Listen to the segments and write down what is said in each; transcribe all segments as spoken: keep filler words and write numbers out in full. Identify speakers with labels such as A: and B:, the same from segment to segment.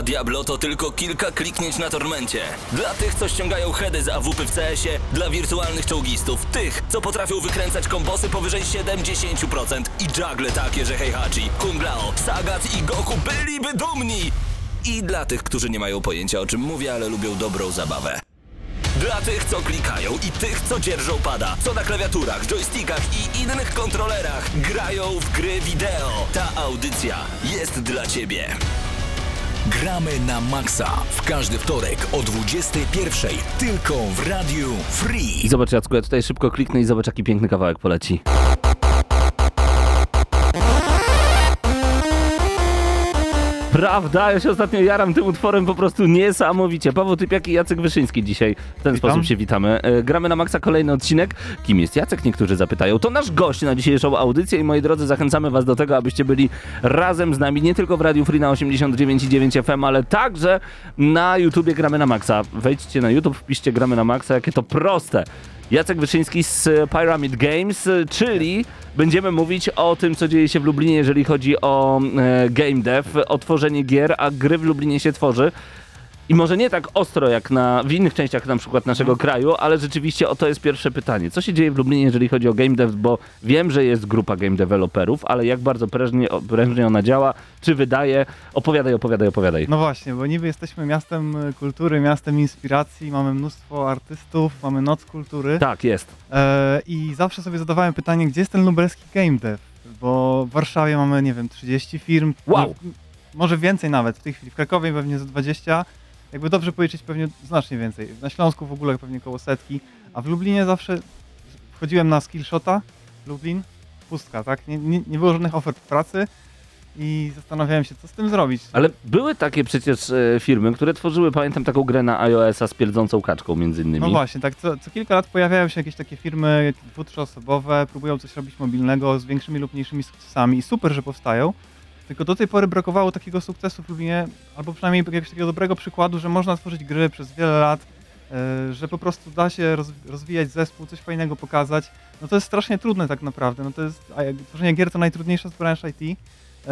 A: Diablo to tylko kilka kliknięć na Tormencie. Dla tych, co ściągają heady z A W P w C S ie, dla wirtualnych czołgistów, tych, co potrafią wykręcać kombosy powyżej siedemdziesiąt procent i juggle takie, że Heihachi, Kung Lao, Sagat i Goku byliby dumni. I dla tych, którzy nie mają pojęcia, o czym mówię, ale lubią dobrą zabawę. Dla tych, co klikają i tych, co dzierżą pada, co na klawiaturach, joystickach i innych kontrolerach grają w gry wideo. Ta audycja jest dla ciebie.
B: Gramy na maksa w każdy wtorek o dwudziestej pierwszej tylko w Radiu Free.
C: I zobacz, Jacku, ja tutaj szybko kliknę i zobacz, jaki piękny kawałek poleci. Prawda? Ja się ostatnio jaram tym utworem po prostu niesamowicie. Paweł Typiak i Jacek Wyszyński dzisiaj w ten Witam. sposób się witamy. E, gramy na maksa kolejny odcinek. Kim jest Jacek? Niektórzy zapytają. To nasz gość na dzisiejszą audycję i moi drodzy, zachęcamy was do tego, abyście byli razem z nami nie tylko w Radiu Free na osiemdziesiąt dziewięć i dziewięć F M, ale także na YouTubie Gramy na Maxa. Wejdźcie na YouTube, wpiszcie Gramy na Maxa, jakie to proste. Jacek Wyszyński z Pyramid Games, czyli będziemy mówić o tym, co dzieje się w Lublinie, jeżeli chodzi o e, game dev, o tworzenie gier, a gry w Lublinie się tworzy. I może nie tak ostro jak na, w innych częściach na przykład naszego mm. kraju, ale rzeczywiście o to jest pierwsze pytanie. Co się dzieje w Lublinie, jeżeli chodzi o game dev, bo wiem, że jest grupa game developerów, ale jak bardzo prężnie, prężnie ona działa, czy wydaje? Opowiadaj, opowiadaj, opowiadaj.
D: No właśnie, bo niby jesteśmy miastem kultury, miastem inspiracji, mamy mnóstwo artystów, mamy Noc Kultury.
C: Tak, jest.
D: E, I zawsze sobie zadawałem pytanie, gdzie jest ten lubelski game dev? Bo w Warszawie mamy, nie wiem, trzydzieści firm.
C: Wow!
D: No, może więcej nawet, w tej chwili w Krakowie pewnie ze dwadzieścia. Jakby dobrze policzyć, pewnie znacznie więcej. Na Śląsku w ogóle pewnie koło setki, a w Lublinie zawsze wchodziłem na Skillshota, Lublin, pustka, tak? Nie, nie, nie było żadnych ofert pracy i zastanawiałem się, co z tym zrobić.
C: Ale były takie przecież e, firmy, które tworzyły, pamiętam, taką grę na iOS-a z pierdzącą kaczką między innymi.
D: No właśnie, tak co, co kilka lat pojawiają się jakieś takie firmy dwu-, trzyosobowe, próbują coś robić mobilnego z większymi lub mniejszymi sukcesami i super, że powstają. Tylko do tej pory brakowało takiego sukcesu w Lublinie, albo przynajmniej jakiegoś takiego dobrego przykładu, że można tworzyć gry przez wiele lat, yy, że po prostu da się roz, rozwijać zespół, coś fajnego pokazać. No to jest strasznie trudne tak naprawdę. No to jest, a jak, tworzenie gier to najtrudniejsza z branż I T yy,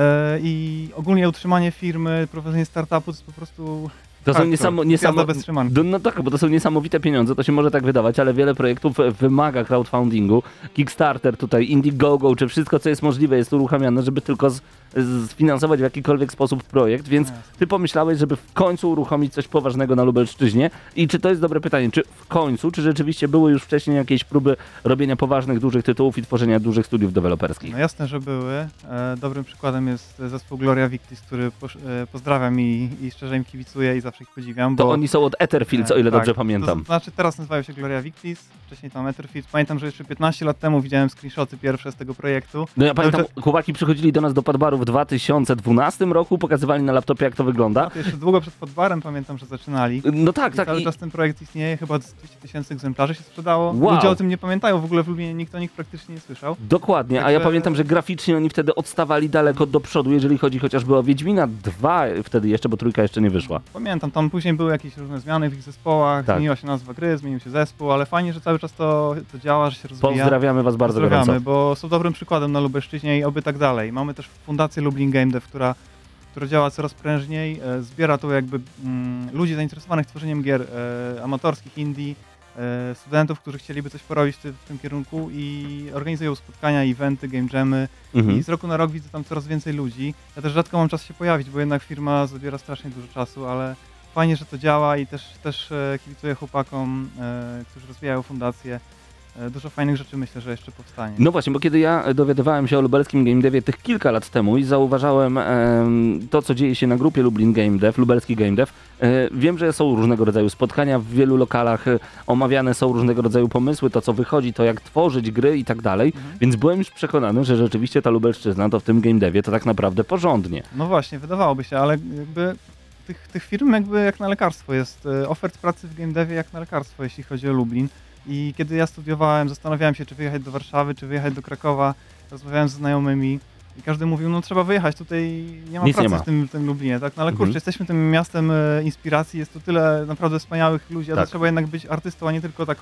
D: i ogólnie utrzymanie firmy, prowadzenie startupu to jest po prostu...
C: To są niesamo, niesamo,
D: niesamo,
C: no tak, bo to są niesamowite pieniądze, to się może tak wydawać, ale wiele projektów wymaga crowdfundingu. Kickstarter tutaj, Indiegogo, czy wszystko, co jest możliwe, jest uruchamiane, żeby tylko z, sfinansować w jakikolwiek sposób projekt, więc ty pomyślałeś, żeby w końcu uruchomić coś poważnego na Lubelszczyźnie i czy to jest dobre pytanie, czy w końcu, czy rzeczywiście były już wcześniej jakieś próby robienia poważnych, dużych tytułów i tworzenia dużych studiów deweloperskich?
D: No jasne, że były. E, dobrym przykładem jest zespół Gloria Victis, który posz, e, pozdrawiam i, i szczerze im kibicuję i zawsze ich podziwiam.
C: To
D: bo,
C: oni są od Etherfields, o ile
D: tak,
C: dobrze pamiętam.
D: To znaczy teraz nazywają się Gloria Victis, wcześniej tam Etherfields. Pamiętam, że jeszcze piętnaście lat temu widziałem screenshoty pierwsze z tego projektu.
C: No ja pamiętam, to, chłopaki przychodzili do nas do Padbaru w dwa tysiące dwunastym roku, pokazywali na laptopie, jak to wygląda.
D: No to jeszcze długo przed Padbarem pamiętam, że zaczynali.
C: No tak,
D: I
C: tak.
D: cały
C: I...
D: czas ten projekt istnieje, chyba dwieście tysięcy egzemplarzy się sprzedało.
C: Wow.
D: Ludzie o tym nie pamiętają, w ogóle w Lublinie nikt o nich praktycznie nie słyszał.
C: Dokładnie,
D: Także...
C: a ja pamiętam, że graficznie oni wtedy odstawali daleko do przodu, jeżeli chodzi chociażby o Wiedźmina dwa wtedy jeszcze, bo trójka jeszcze nie wyszła.
D: Pamiętam, tam później były jakieś różne zmiany w ich zespołach, tak. Zmieniła się nazwa gry, zmienił się zespół, ale fajnie, że cały czas to, to działa, że się rozwija.
C: Pozdrawiamy was bardzo
D: Pozdrawiamy,
C: gorąco.
D: bo są dobrym przykładem na Lubelszczyźnie i oby tak dalej. Mamy też Fundację Lublin Game Dev, która, która działa coraz prężniej, e, zbiera tu jakby mm, ludzi zainteresowanych tworzeniem gier e, amatorskich, indie, e, studentów, którzy chcieliby coś porobić w, ty, w tym kierunku i organizują spotkania, eventy, game jammy mhm. i z roku na rok widzę tam coraz więcej ludzi. Ja też rzadko mam czas się pojawić, bo jednak firma zabiera strasznie dużo czasu, ale fajnie, że to działa i też, też e, kibicuję chłopakom, e, którzy rozwijają fundację. Dużo fajnych rzeczy myślę, że jeszcze powstanie.
C: No właśnie, bo kiedy ja dowiadywałem się o lubelskim game devie tych kilka lat temu i zauważałem e, to, co dzieje się na grupie Lublin Game Dev, lubelski Game Dev, e, wiem, że są różnego rodzaju spotkania w wielu lokalach, e, omawiane są różnego rodzaju pomysły, to co wychodzi, to jak tworzyć gry i tak dalej, mhm. więc byłem już przekonany, że rzeczywiście ta Lubelszczyzna to w tym game devie to tak naprawdę porządnie.
D: No właśnie, wydawałoby się, ale jakby tych, tych firm jakby jak na lekarstwo jest, ofert pracy w game devie jak na lekarstwo, jeśli chodzi o Lublin. I kiedy ja studiowałem, zastanawiałem się, czy wyjechać do Warszawy, czy wyjechać do Krakowa, rozmawiałem ze znajomymi i każdy mówił, no trzeba wyjechać, tutaj nie ma
C: Nic
D: pracy
C: nie ma.
D: W, tym, w tym Lublinie, tak? No ale
C: mhm.
D: kurczę, jesteśmy tym miastem e, inspiracji, jest tu tyle naprawdę wspaniałych ludzi, a
C: tak.
D: to trzeba jednak być artystą, a nie tylko taką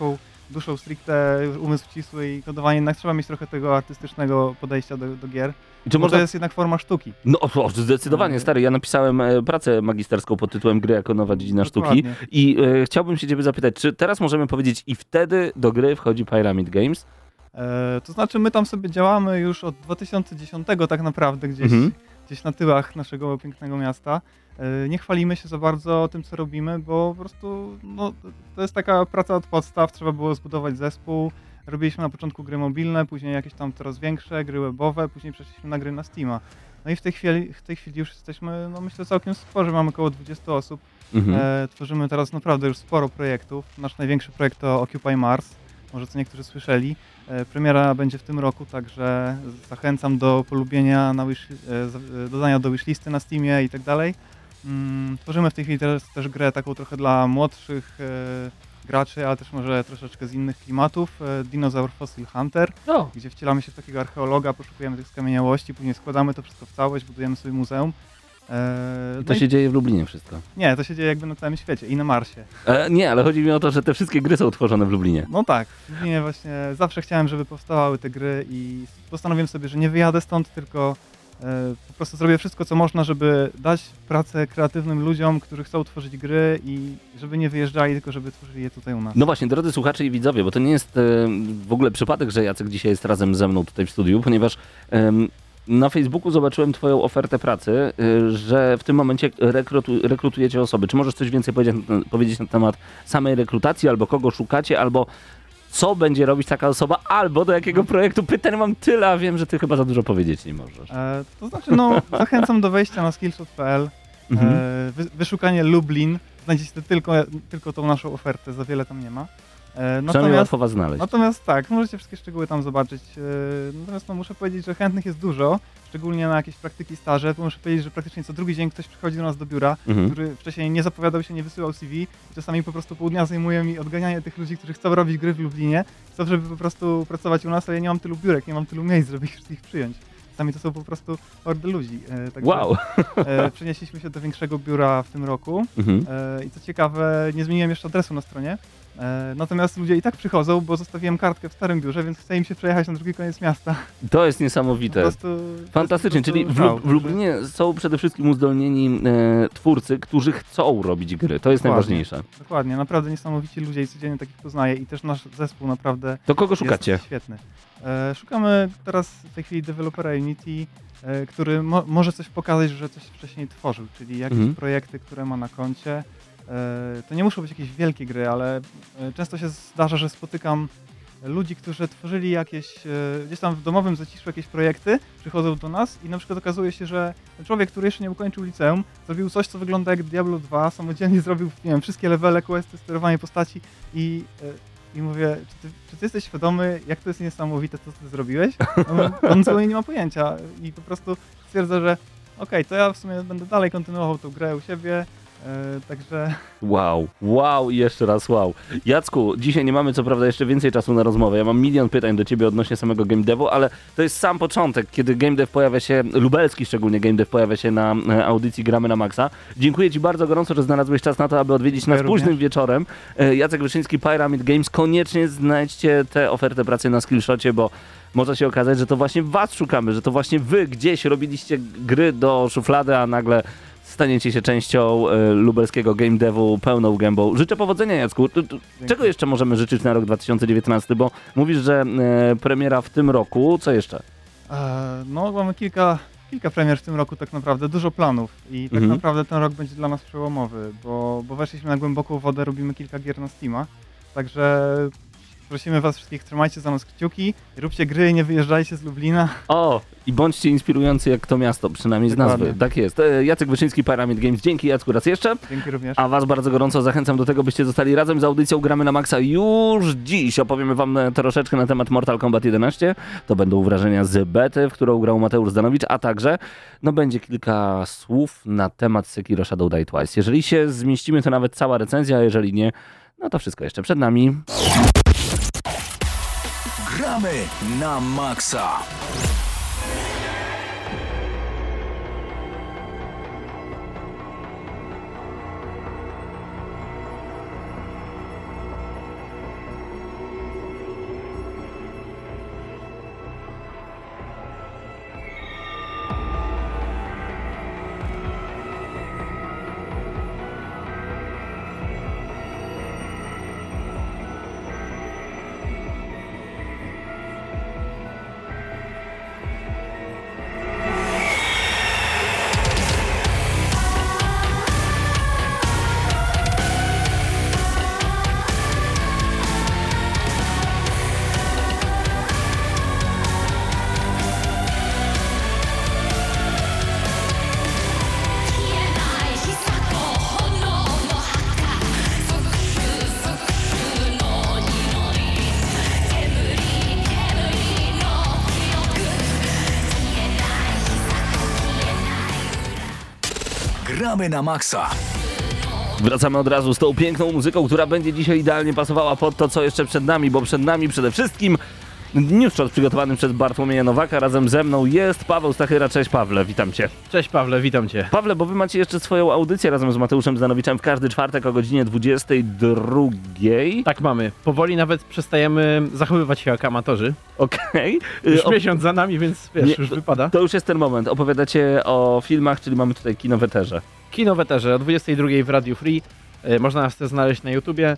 D: duszą stricte, umysł ścisły i kodowanie, jednak trzeba mieć trochę tego artystycznego podejścia do, do gier.
C: Czy
D: Bo
C: można...
D: to jest jednak forma sztuki.
C: No o, zdecydowanie, stary. Ja napisałem e, pracę magisterską pod tytułem Gry jako nowa dziedzina sztuki
D: Dokładnie.
C: i e, chciałbym się ciebie zapytać, czy teraz możemy powiedzieć i wtedy do gry wchodzi Pyramid Games?
D: E, to znaczy my tam sobie działamy już od dwa tysiące dziesiątego tak naprawdę gdzieś,
C: Mhm.
D: gdzieś na tyłach naszego pięknego miasta. E, nie chwalimy się za bardzo tym, co robimy, bo po prostu no, to jest taka praca od podstaw, trzeba było zbudować zespół. Robiliśmy na początku gry mobilne, później jakieś tam coraz większe, gry webowe, później przeszliśmy na gry na Steama. No i w tej chwili, w tej chwili już jesteśmy, no myślę, całkiem sporzy, mamy około dwadzieścia osób.
C: Mhm.
D: E, tworzymy teraz naprawdę już sporo projektów. Nasz największy projekt to Occupy Mars, może co niektórzy słyszeli. E, premiera będzie w tym roku, także zachęcam do polubienia, na wish, e, z- dodania do wishlisty na Steamie i tak dalej. Mm, tworzymy w tej chwili też, też grę taką trochę dla młodszych e, graczy, ale też może troszeczkę z innych klimatów. E, Dinosaur Fossil Hunter,
C: O.
D: gdzie wcielamy się w takiego archeologa, poszukujemy tych skamieniałości, później składamy to wszystko w całość, budujemy sobie muzeum. E,
C: To
D: no i-
C: się dzieje w Lublinie wszystko.
D: Nie, to się dzieje jakby na całym świecie i na Marsie.
C: E, nie, ale chodzi mi o to, że te wszystkie gry są tworzone w Lublinie.
D: No tak, w Lublinie właśnie zawsze chciałem, żeby powstawały te gry i postanowiłem sobie, że nie wyjadę stąd, tylko e, po prostu zrobię wszystko, co można, żeby dać pracę kreatywnym ludziom, którzy chcą tworzyć gry i żeby nie wyjeżdżali, tylko żeby tworzyli je tutaj u nas.
C: No właśnie, drodzy słuchacze i widzowie, bo to nie jest e, w ogóle przypadek, że Jacek dzisiaj jest razem ze mną tutaj w studiu, ponieważ em, na Facebooku zobaczyłem twoją ofertę pracy, y, że w tym momencie rekrutu, rekrutujecie osoby. Czy możesz coś więcej powiedzieć, powiedzieć na temat samej rekrutacji, albo kogo szukacie, albo co będzie robić taka osoba, albo do jakiego projektu? Pytań mam tyle, a wiem, że ty chyba za dużo powiedzieć nie możesz.
D: E, to znaczy, no, zachęcam do wejścia na skillshot kropka p l,
C: Mhm.
D: e, wy, wyszukanie Lublin, znajdziecie tylko, tylko tą naszą ofertę, za wiele tam nie ma. E,
C: Przynajmniej
D: natomiast
C: łatwo was znaleźć.
D: Natomiast tak, możecie wszystkie szczegóły tam zobaczyć. Yy, Natomiast no, muszę powiedzieć, że chętnych jest dużo, szczególnie na jakieś praktyki, staże. To muszę powiedzieć, że praktycznie co drugi dzień ktoś przychodzi do nas do biura,
C: Mhm.
D: który wcześniej nie zapowiadał się, nie wysyłał C V. I czasami po prostu pół dnia zajmuje mi odganianie tych ludzi, którzy chcą robić gry w Lublinie, chcą, żeby po prostu pracować u nas, ale ja nie mam tylu biurek, nie mam tylu miejsc, żeby ich wszystkich przyjąć. Czasami to są po prostu hordy ludzi. Yy, także,
C: Wow.
D: e, Przenieśliśmy się do większego biura w tym roku.
C: Mhm.
D: E, I co ciekawe, nie zmieniłem jeszcze adresu na stronie. E, Natomiast ludzie i tak przychodzą, bo zostawiłem kartkę w starym biurze, więc chce im się przejechać na drugi koniec miasta.
C: To jest
D: Po
C: niesamowite.
D: prostu,
C: Fantastycznie,
D: to jest
C: czyli
D: po
C: w,
D: prostu
C: Lub- w Lublinie są przede wszystkim uzdolnieni e, twórcy, którzy chcą robić gry. To jest
D: Dokładnie.
C: najważniejsze.
D: Dokładnie, naprawdę niesamowici ludzie i codziennie takich poznaję i też nasz zespół naprawdę
C: To kogo szukacie?
D: jest świetny. E, Szukamy teraz w tej chwili dewelopera Unity, e, który mo- może coś pokazać, że coś wcześniej tworzył, czyli jakieś
C: Mhm.
D: projekty, które ma na koncie. E, To nie muszą być jakieś wielkie gry, ale e, często się zdarza, że spotykam ludzi, którzy tworzyli jakieś, e, gdzieś tam w domowym zaciszu jakieś projekty, przychodzą do nas i na przykład okazuje się, że człowiek, który jeszcze nie ukończył liceum, zrobił coś, co wygląda jak Diablo dwa, samodzielnie zrobił, nie wiem, wszystkie levele, questy, sterowanie postaci i, e, i mówię, czy ty, czy ty jesteś świadomy, jak to jest niesamowite, to, co ty zrobiłeś? On, on zupełnie nie ma pojęcia i po prostu stwierdza, że okej, to ja w sumie będę dalej kontynuował tą grę u siebie, e, także...
C: Wow, wow i jeszcze raz wow. Jacku, dzisiaj nie mamy co prawda jeszcze więcej czasu na rozmowę. Ja mam milion pytań do ciebie odnośnie samego game devu, ale to jest sam początek, kiedy game dev pojawia się, lubelski szczególnie game dev pojawia się na e, audycji Gramy na Maxa. Dziękuję ci bardzo gorąco, że znalazłeś czas na to, aby odwiedzić nas
D: Dziękuję
C: późnym
D: również.
C: wieczorem. E, Jacek Wyszyński, Pyramid Games. Koniecznie znajdźcie tę ofertę pracy na Skillshocie, bo może się okazać, że to właśnie was szukamy, że to właśnie wy gdzieś robiliście gry do szuflady, a nagle staniecie się częścią e, lubelskiego game devu pełną gębą. Życzę powodzenia, Jacku. Tu- tu- Czego jeszcze możemy życzyć na rok dwa tysiące dziewiętnasty? Bo mówisz, że e, premiera w tym roku. Co jeszcze?
D: E, No, mamy kilka, kilka premier w tym roku tak naprawdę, dużo planów i tak
C: Mhm.
D: naprawdę ten rok będzie dla nas przełomowy, bo, bo weszliśmy na głęboką wodę, robimy kilka gier na Steama, także prosimy was wszystkich, trzymajcie za nas kciuki, róbcie gry, nie wyjeżdżajcie z Lublina.
C: O! I bądźcie inspirujący jak to miasto, przynajmniej z
D: Dokładnie.
C: nazwy. Tak jest. E, Jacek Wyszyński, Pyramid Games. Dzięki, Jacku, raz jeszcze.
D: Dzięki również.
C: A was bardzo gorąco zachęcam do tego, byście zostali razem z audycją Gramy na Maxa. Już dziś opowiemy wam e, troszeczkę na temat Mortal Kombat jedenaście. To będą wrażenia z bety, w którą grał Mateusz Zdanowicz, a także no będzie kilka słów na temat Sekiro Shadow Die Twice. Jeżeli się zmieścimy, to nawet cała recenzja, a jeżeli nie, no to wszystko jeszcze przed nami.
B: Gramy na maksa. Gramy na maksa.
C: Wracamy od razu z tą piękną muzyką, która będzie dzisiaj idealnie pasowała pod to, co jeszcze przed nami, bo przed nami przede wszystkim newsshot przygotowany przez Bartłomieja Nowaka. Razem ze mną jest Paweł Stachyra. Cześć Pawle, witam cię.
E: Cześć Pawle, witam cię.
C: Pawle, bo wy macie jeszcze swoją audycję razem z Mateuszem Zdanowiczem w każdy czwartek o godzinie dwudziestej drugiej.
E: Tak mamy. Powoli nawet przestajemy zachowywać się jak amatorzy.
C: Okej.
E: Już
C: O-
E: miesiąc za nami, więc wiesz,
C: Nie,
E: już wypada.
C: To już jest ten moment. Opowiadacie o filmach, czyli mamy tutaj kino w eterze.
E: Kino w eterze o dwudziestej drugiej w Radio Free. E, można nas też znaleźć na YouTubie.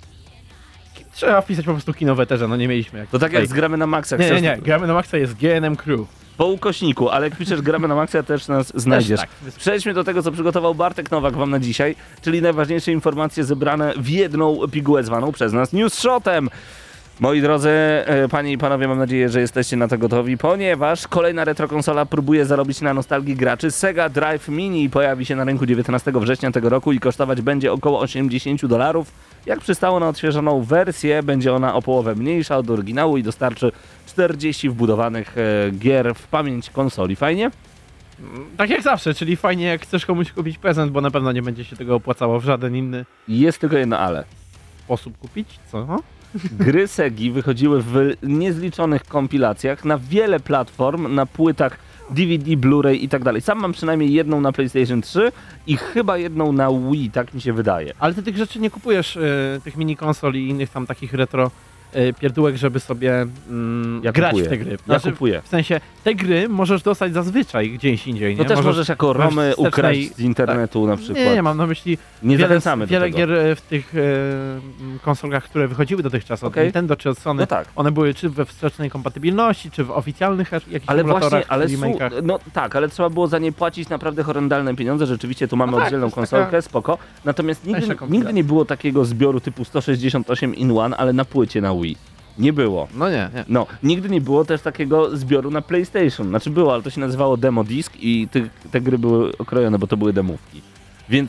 E: Ki- Trzeba wpisać po prostu kino w eterze, no nie mieliśmy jak
C: To tak
E: tutaj.
C: jak z Gramy na Maxa.
E: Nie, nie,
C: chcesz-
E: nie. Gramy na Maxa jest G N M Crew.
C: Po ukośniku, ale jak piszesz Gramy na Maxa, też nas znajdziesz.
E: tak.
C: Przejdźmy do tego, co przygotował Bartek Nowak wam na dzisiaj, czyli najważniejsze informacje zebrane w jedną pigułę zwaną przez nas newsshotem. Moi drodzy, e, panie i panowie, mam nadzieję, że jesteście na to gotowi, ponieważ kolejna retrokonsola próbuje zarobić na nostalgii graczy. Sega Drive Mini pojawi się na rynku dziewiętnastego września tego roku i kosztować będzie około osiemdziesiąt dolarów. Jak przystało na odświeżoną wersję, będzie ona o połowę mniejsza od oryginału i dostarczy czterdzieści wbudowanych e, gier w pamięć konsoli. Fajnie?
E: Tak jak zawsze, czyli fajnie jak chcesz komuś kupić prezent, bo na pewno nie będzie się tego opłacało w żaden inny
C: Jest tylko jedno ale.
E: sposób kupić. Co?
C: Gry Segi wychodziły w niezliczonych kompilacjach na wiele platform, na płytach D V D, Blu-ray i tak dalej. Sam mam przynajmniej jedną na PlayStation trzy i chyba jedną na Wii, tak mi się wydaje.
E: Ale ty tych rzeczy nie kupujesz, y, tych mini konsol i innych tam takich retro y, pierdółek, żeby sobie mm,
C: Ja
E: grać
C: kupuję.
E: w te gry.
C: Ja
E: Znaczy,
C: kupuję.
E: W sensie, te gry możesz dostać zazwyczaj gdzieś indziej, nie?
C: No też możesz jako
E: masz
C: romy
E: wstecznej-
C: ukraść z internetu na przykład.
E: Nie, nie, mam na myśli
C: Nie
E: wiele,
C: zachęcamy do
E: wiele
C: tego.
E: gier e, w tych e, m, konsolach, które wychodziły dotychczas od
C: Okej.
E: Nintendo czy od Sony.
C: No tak.
E: One były czy we wstecznej kompatybilności, czy w oficjalnych aż- jakichś
C: Ale
E: emulatorach,
C: właśnie, ale
E: czy
C: su-
E: remake'ach.
C: no tak, ale trzeba było za nie płacić naprawdę horrendalne pieniądze. Rzeczywiście tu mamy
E: No tak,
C: oddzielną
E: to jest
C: konsolkę,
E: taka
C: spoko. Natomiast nigdy,
E: tańsza kompilacja.
C: nigdy nie było takiego zbioru typu sto sześćdziesiąt osiem in one, ale na płycie na Wii. Nie było.
E: No nie, nie.
C: No, nigdy nie było też takiego zbioru na PlayStation. Znaczy było, ale to się nazywało Demo Disc i ty, te gry były okrojone, bo to były demówki. Więc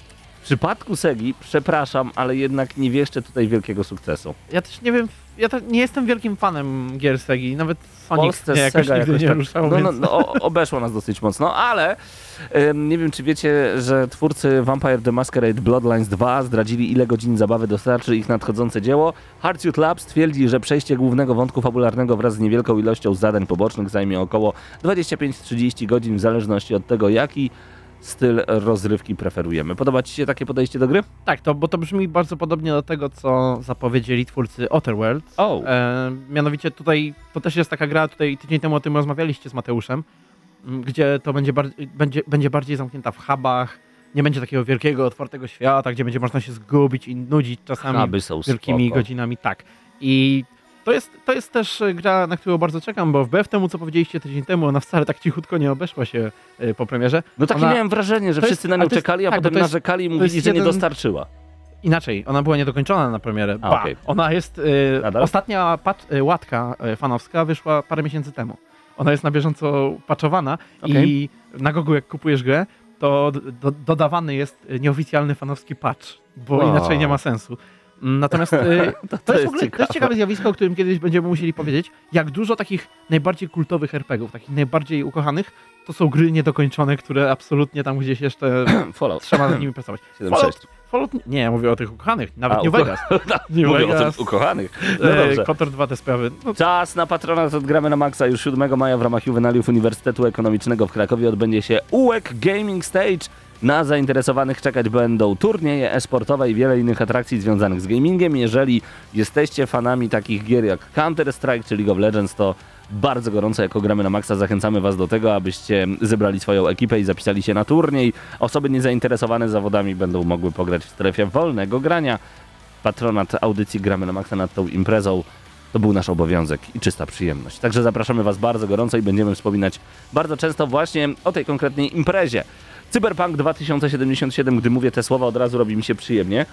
C: w przypadku Segi, przepraszam, ale jednak nie wieszczę tutaj wielkiego sukcesu.
E: Ja też nie wiem, ja te, nie jestem wielkim fanem gier Segi, nawet
C: W
E: Sonic
C: Polsce
E: mnie jakoś
C: Sega
E: nigdy
C: jakoś
E: nie
C: tak,
E: ruszał,
C: no,
E: więc...
C: no, no, o- obeszło nas dosyć mocno, ale em, nie wiem, czy wiecie, że twórcy Vampire the Masquerade Bloodlines dwa zdradzili, ile godzin zabawy dostarczy ich nadchodzące dzieło. Hardsuit Labs twierdzi, że przejście głównego wątku fabularnego wraz z niewielką ilością zadań pobocznych zajmie około dwadzieścia pięć do trzydziestu godzin, w zależności od tego, jaki styl rozrywki preferujemy. Podoba ci się takie podejście do gry?
E: Tak, to, bo to brzmi bardzo podobnie do tego, co zapowiedzieli twórcy Otherworld.
C: O,
E: E, mianowicie tutaj, to też jest taka gra, tutaj tydzień temu o tym rozmawialiście z Mateuszem, m, gdzie to będzie, bar- będzie, będzie bardziej zamknięta w hubach, nie będzie takiego wielkiego, otwartego świata, gdzie będzie można się zgubić i nudzić czasami
C: huby są
E: wielkimi
C: spoko.
E: godzinami. Tak. I to jest, to jest też e, gra, na którą bardzo czekam, bo wbrew temu, co powiedzieliście tydzień temu, ona wcale tak cichutko nie obeszła się e, po premierze.
C: No takie
E: Ona-
C: miałem wrażenie, że
E: to jest-
C: wszyscy na nią
E: ale to jest-
C: czekali, a
E: tak, bo
C: potem
E: to jest-
C: narzekali i
E: to
C: mówili,
E: jest
C: że nie
E: jeden-
C: dostarczyła.
E: Inaczej, ona była niedokończona na premierę.
C: A,
E: Ba,
C: okej.
E: Ona jest. E,
C: Nadal?
E: ostatnia pat, e, łatka e, fanowska wyszła parę miesięcy temu. Ona jest na bieżąco patchowana
C: Okej.
E: i na Gogu, jak kupujesz grę, to d- do, dodawany jest nieoficjalny fanowski patch, bo
C: Wow.
E: inaczej nie ma sensu. Mm, Natomiast e, to,
C: to
E: jest
C: jest
E: w ogóle to
C: ciekawe.
E: jest ciekawe zjawisko, o którym kiedyś będziemy musieli powiedzieć, jak dużo takich najbardziej kultowych er pe gie ów, takich najbardziej ukochanych, to są gry niedokończone, które absolutnie tam gdzieś jeszcze
C: Fallout
E: trzeba nad nimi pracować.
C: siedem sześć.
E: Fallout, Fallout, nie, ja mówię o tych ukochanych, nawet
C: A,
E: New
C: uko-
E: Vegas. New
C: Mówię o
E: Vegas,
C: tym ukochanych. No
E: e,
C: dobrze.
E: Kotor dwa, te sprawy. No,
C: Czas na patronat od Gramy na Maxa. Już siódmego maja w ramach juwenaliów Uniwersytetu Ekonomicznego w Krakowie odbędzie się U E K Gaming Stage. Na zainteresowanych czekać będą turnieje e-sportowe i wiele innych atrakcji związanych z gamingiem. Jeżeli jesteście fanami takich gier jak Counter-Strike czy League of Legends, to bardzo gorąco jako Gramy na Maxa zachęcamy was do tego, abyście zebrali swoją ekipę i zapisali się na turniej. Osoby niezainteresowane zawodami będą mogły pograć w strefie wolnego grania. Patronat audycji Gramy na Maxa nad tą imprezą to był nasz obowiązek i czysta przyjemność. Także zapraszamy was bardzo gorąco i będziemy wspominać bardzo często właśnie o tej konkretnej imprezie. Cyberpunk dwa tysiące siedemdziesiąt siedem, gdy mówię te słowa, od razu robi mi się przyjemnie.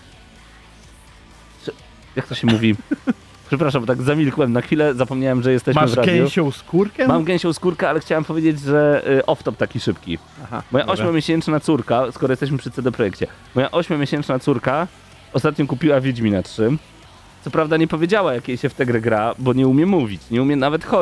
C: Czy- Jak to się mówi? Przepraszam, bo tak zamilkłem na chwilę, zapomniałem, że jesteśmy
E: masz
C: w radiu.
E: gęsią skórkę?
C: Mam gęsią skórkę, ale chciałem powiedzieć, że y, off-top taki szybki.
E: Aha,
C: Moja
E: dobra.
C: ośmiomiesięczna córka, skoro jesteśmy przy C D Projekcie, moja ośmiomiesięczna córka ostatnio kupiła Wiedźmina trzy. Co prawda nie powiedziała, jak jej się w tę grę gra, bo nie umie mówić, nie umie nawet chodzić.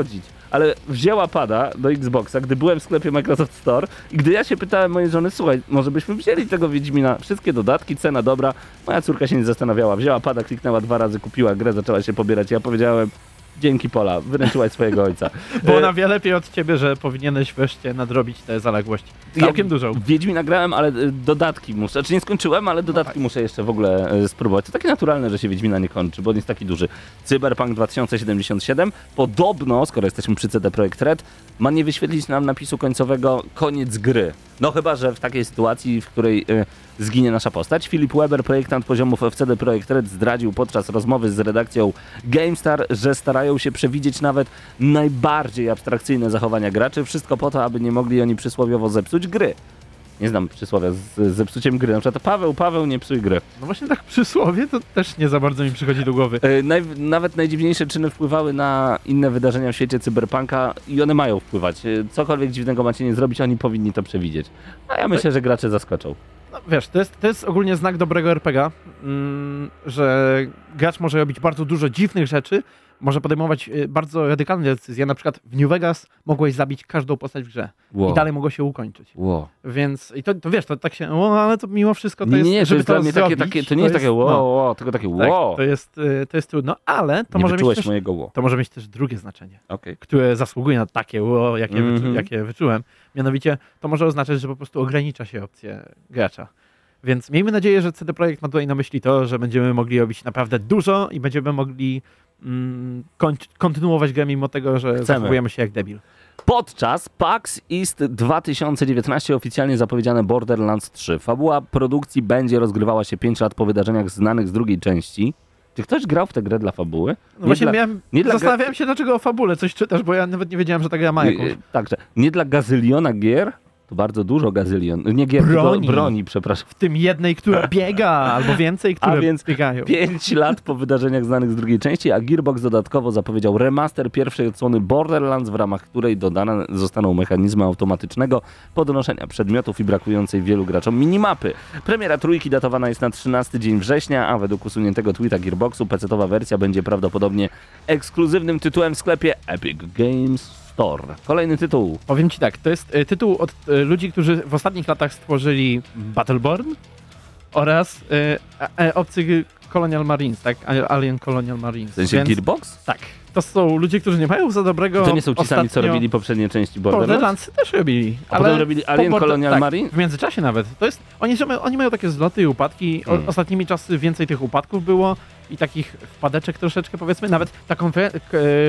C: ale wzięła pada do Xboxa, gdy byłem w sklepie Microsoft Store i gdy ja się pytałem mojej żony, słuchaj, może byśmy wzięli tego Wiedźmina, wszystkie dodatki, cena dobra, moja córka się nie zastanawiała, wzięła pada, kliknęła dwa razy, kupiła grę, zaczęła się pobierać, ja powiedziałem, dzięki Pola, wyręczyłaś swojego ojca.
E: Było na wiele lepiej od ciebie, że powinieneś wreszcie nadrobić tę zaległość. Całkiem
C: ja
E: dużą.
C: Wiedźmina grałem, ale y, dodatki muszę, znaczy nie skończyłem, ale dodatki
E: no tak.
C: muszę jeszcze w ogóle y, spróbować. To takie naturalne, że się Wiedźmina nie kończy, bo on jest taki duży. Cyberpunk dwa tysiące siedemdziesiąt siedem podobno, skoro jesteśmy przy C D Projekt Red, ma nie wyświetlić nam napisu końcowego koniec gry. No chyba, że w takiej sytuacji, w której y, zginie nasza postać. Filip Weber, projektant poziomów w C D Projekt Red, zdradził podczas rozmowy z redakcją GameStar, że starają się przewidzieć nawet najbardziej abstrakcyjne zachowania graczy. Wszystko po to, aby nie mogli oni przysłowiowo zepsuć gry. Nie znam przysłowia z, z zepsuciem gry. Na przykład Paweł, Paweł, nie psuj gry.
E: No właśnie tak przysłowie to też nie za bardzo mi przychodzi do głowy.
C: Yy, naj, nawet najdziwniejsze czyny wpływały na inne wydarzenia w świecie cyberpunka i one mają wpływać. Yy, cokolwiek dziwnego macie nie zrobić, oni powinni to przewidzieć. A ja myślę, że gracze zaskoczą.
E: No, wiesz, to jest, to jest ogólnie znak dobrego er pe ga, mm, że gracz może robić bardzo dużo dziwnych rzeczy, może podejmować y, bardzo radykalne decyzje. Na przykład w New Vegas mogłeś zabić każdą postać w grze
C: Wow.
E: i dalej mogło się ukończyć.
C: Wow.
E: Więc i to, to wiesz, to tak się, o, ale to mimo wszystko to
C: Nie,
E: jest,
C: nie, nie, to
E: żeby
C: jest
E: to
C: dla mnie takie,
E: zrobić,
C: takie, to nie jest takie wow,
E: no,
C: wow, tylko takie
E: tak,
C: wow.
E: to jest, y, to jest trudno, ale to
C: nie
E: może, mieć
C: wyczułeś
E: też,
C: mojego wow.
E: to może mieć też drugie znaczenie,
C: Okej.
E: które zasługuje na takie wow, jakie,
C: Mhm.
E: wyczu, jakie wyczułem. Mianowicie to może oznaczać, że po prostu ogranicza się opcje gracza. Więc miejmy nadzieję, że C D Projekt ma tutaj na myśli to, że będziemy mogli robić naprawdę dużo i będziemy mogli mm, kończ- kontynuować grę mimo tego, że zachowujemy się jak debil.
C: Podczas PAX East dwa tysiące dziewiętnaście oficjalnie zapowiedziane Borderlands trzy. Fabuła produkcji będzie rozgrywała się pięć lat po wydarzeniach znanych z drugiej części. Czy ktoś grał w tę grę dla fabuły?
E: No
C: Nie
E: właśnie
C: dla,
E: miałem,
C: nie dla
E: zastanawiałem się, dlaczego o fabule coś czytasz, bo ja nawet nie wiedziałem, że ta gra ma jakąś.
C: Yy, Także, nie dla gazyliona gier, to bardzo dużo gazylion, nie gier,
E: Broni.
C: tylko broni, przepraszam.
E: W tym jednej, która biega, albo więcej, które
C: A więc
E: biegają.
C: Pięć lat po wydarzeniach znanych z drugiej części, a Gearbox dodatkowo zapowiedział remaster pierwszej odsłony Borderlands, w ramach której dodane zostaną mechanizmy automatycznego podnoszenia przedmiotów i brakującej wielu graczom minimapy. Premiera trójki datowana jest na trzynasty dzień września, a według usuniętego tweeta Gearboxu pecetowa wersja będzie prawdopodobnie ekskluzywnym tytułem w sklepie Epic Games Store. Kolejny tytuł.
E: Powiem ci tak, to jest y, tytuł od y, ludzi, którzy w ostatnich latach stworzyli Battleborn oraz y, a, a, obcy Colonial Marines, tak? Alien Colonial Marines.
C: W sensie
E: Więc,
C: Gearbox?
E: tak, to są ludzie, którzy nie mają za dobrego.
C: To nie są ci sami, co
E: ostatnio-
C: robili poprzednie części Borderlands?
E: Borderlands też robili.
C: A potem robili Alien
E: po Border-
C: Colonial
E: tak,
C: Marine?
E: W międzyczasie nawet. To jest, oni, są- oni mają takie zloty i upadki. O,
C: Hmm.
E: Ostatnimi czasy więcej tych upadków było i takich wpadeczek troszeczkę, powiedzmy. Nawet ta konferencja.